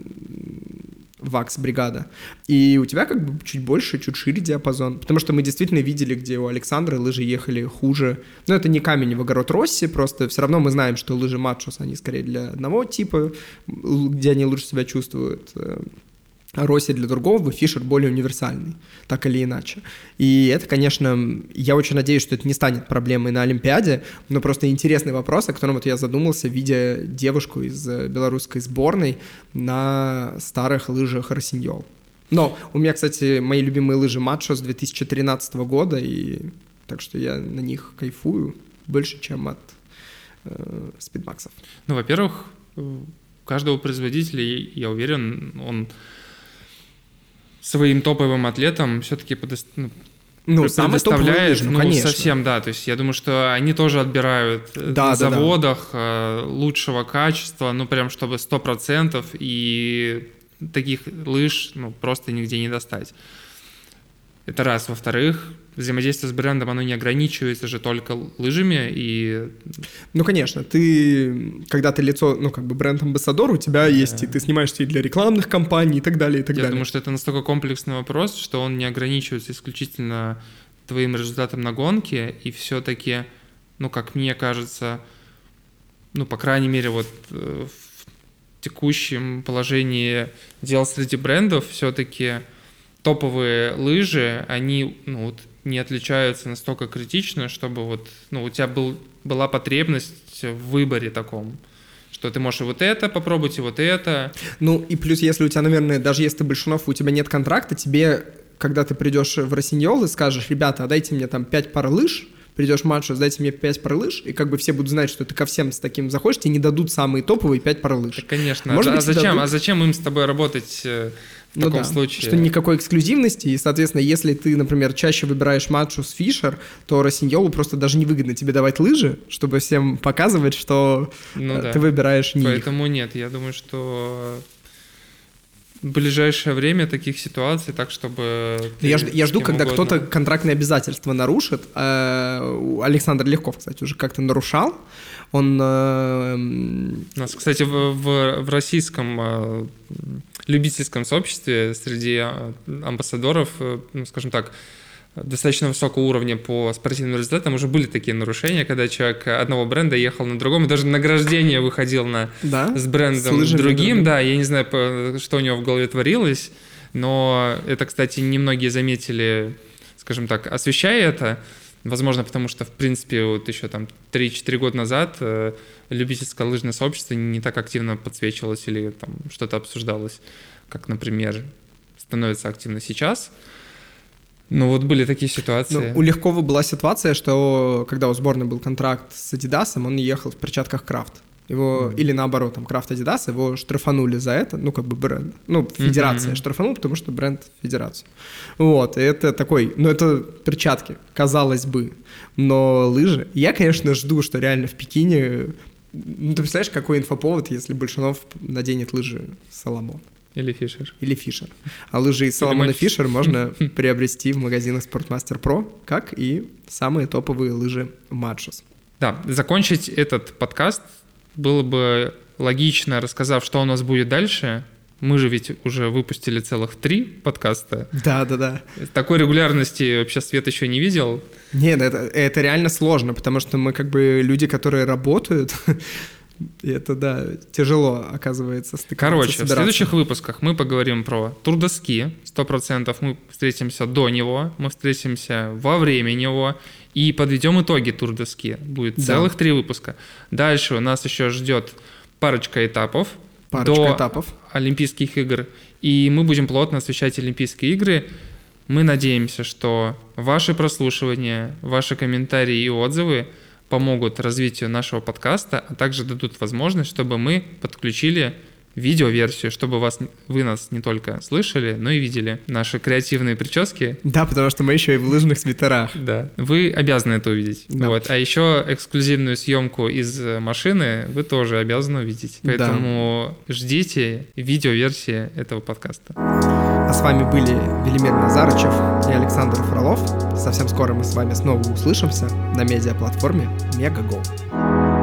Speaker 1: ВАКС-бригада. И у тебя как бы чуть больше, чуть шире диапазон, потому что мы действительно видели, где у Александра лыжи ехали хуже. Но это не камень в огород Росси, просто все равно мы знаем, что лыжи Матчос, они скорее для одного типа, где они лучше себя чувствуют. Росси для другого, Fischer более универсальный, так или иначе. И это, конечно, я очень надеюсь, что это не станет проблемой на Олимпиаде, но просто интересный вопрос, о котором вот я задумался, видя девушку из белорусской сборной на старых лыжах Росиньол. Но у меня, кстати, мои любимые лыжи Матчо с две тысячи тринадцатого года, и так что я на них кайфую больше, чем от э, спидмаксов.
Speaker 2: Ну, во-первых, у каждого производителя, я уверен, он своим топовым атлетам все-таки подост... ну,
Speaker 1: ну,
Speaker 2: предоставляет,
Speaker 1: ну,
Speaker 2: ну,
Speaker 1: конечно.
Speaker 2: совсем, да, то есть я думаю, что они тоже отбирают
Speaker 1: да,
Speaker 2: на
Speaker 1: да,
Speaker 2: заводах
Speaker 1: да.
Speaker 2: лучшего качества, ну, прям чтобы сто процентов, и таких лыж, ну, просто нигде не достать. Это раз. Во-вторых, взаимодействие с брендом, оно не ограничивается же только лыжами и...
Speaker 1: Ну, конечно, ты, когда ты лицо, ну, как бы бренд-амбассадор, у тебя yeah. есть, и ты снимаешься и для рекламных кампаний, и так далее, и так
Speaker 2: Я
Speaker 1: далее.
Speaker 2: думаю, что это настолько комплексный вопрос, что он не ограничивается исключительно твоим результатом на гонке, и все-таки, ну, как мне кажется, ну, по крайней мере, вот в текущем положении дел среди брендов все-таки топовые лыжи, они, ну, вот, не отличаются настолько критично, чтобы вот, ну, у тебя был, была потребность в выборе таком, что ты можешь и вот это попробовать, и вот это.
Speaker 1: Ну, и плюс, если у тебя, наверное, даже если ты Большунов, у тебя нет контракта, тебе, когда ты придешь в Росиньол и скажешь, ребята, дайте мне там пять пар лыж, придешь в матч, сдайте мне пять пар лыж, и как бы все будут знать, что ты ко всем с таким заходишь, тебе не дадут самые топовые пять пар лыж.
Speaker 2: Да, конечно.
Speaker 1: Может
Speaker 2: а,
Speaker 1: быть,
Speaker 2: зачем?
Speaker 1: дадут...
Speaker 2: а зачем им с тобой работать в
Speaker 1: ну
Speaker 2: таком
Speaker 1: да,
Speaker 2: случае?
Speaker 1: Что никакой эксклюзивности, и, соответственно, если ты, например, чаще выбираешь матчу с Fischer, то Росиньолу просто даже невыгодно тебе давать лыжи, чтобы всем показывать, что ну, да. ты выбираешь не
Speaker 2: Поэтому
Speaker 1: их.
Speaker 2: нет, я думаю, что в ближайшее время таких ситуаций, так чтобы...
Speaker 1: Я, ж, я жду, когда
Speaker 2: угодно.
Speaker 1: кто-то контрактные обязательства нарушит. Александр Легков, кстати, уже как-то нарушал. Он...
Speaker 2: У нас, кстати, в, в, в российском любительском сообществе среди амбассадоров, ну, скажем так, достаточно высокого уровня по спортивным результатам уже были такие нарушения, когда человек одного бренда ехал на другом, и даже награждение выходил на,
Speaker 1: да?
Speaker 2: с брендом
Speaker 1: с
Speaker 2: другим. Да, я не знаю, что у него в голове творилось, но это, кстати, немногие заметили, скажем так, освещая это. Возможно, потому что, в принципе, вот еще там три-четыре года назад э, любительское лыжное сообщество не так активно подсвечивалось или там что-то обсуждалось, как, например, становится активно сейчас. Ну вот были такие ситуации.
Speaker 1: Ну, у Легкова была ситуация, что когда у сборной был контракт с Адидасом, он ехал в перчатках Крафт. Его, mm-hmm. или наоборот, там, Крафт Адидас, его штрафанули за это, ну, как бы бренд, ну, федерация mm-hmm. штрафанула, потому что бренд федерацию. Вот, и это такой, ну, это перчатки, казалось бы, но лыжи. Я, конечно, жду, что реально в Пекине, ну, ты представляешь, какой инфоповод, если Большунов наденет лыжи Соломон.
Speaker 2: Или Фишер.
Speaker 1: Или Фишер. А лыжи из Соломона Фишер можно приобрести в магазинах Sportmaster Pro, как и самые топовые лыжи Matches.
Speaker 2: Да, закончить этот подкаст было бы логично, рассказав, что у нас будет дальше. Мы же ведь уже выпустили целых три подкаста.
Speaker 1: Да-да-да.
Speaker 2: Такой регулярности вообще Свет еще не видел.
Speaker 1: Нет, это, это реально сложно, потому что мы как бы люди, которые работают... И это, да, тяжело, оказывается, стыкаться.
Speaker 2: Короче,
Speaker 1: собираться.
Speaker 2: В следующих выпусках мы поговорим про тур де ски, сто процентов мы встретимся до него, мы встретимся во время него и подведем итоги тур де ски. Будет да. целых три выпуска. Дальше у нас еще ждет парочка этапов
Speaker 1: парочка
Speaker 2: до
Speaker 1: этапов.
Speaker 2: Олимпийских игр, и мы будем плотно освещать Олимпийские игры. Мы надеемся, что ваши прослушивания, ваши комментарии и отзывы помогут развитию нашего подкаста, а также дадут возможность, чтобы мы подключили видеоверсию, чтобы вас, вы нас не только слышали, но и видели наши креативные прически.
Speaker 1: Да, потому что мы еще и в лыжных свитерах.
Speaker 2: Да, вы обязаны это увидеть. Да. Вот. А еще эксклюзивную съемку из машины вы тоже обязаны увидеть. Поэтому да. ждите видеоверсии этого подкаста.
Speaker 1: А с вами были Велимир Назарычев и Александр Фролов. Совсем скоро мы с вами снова услышимся на медиаплатформе Мегаго.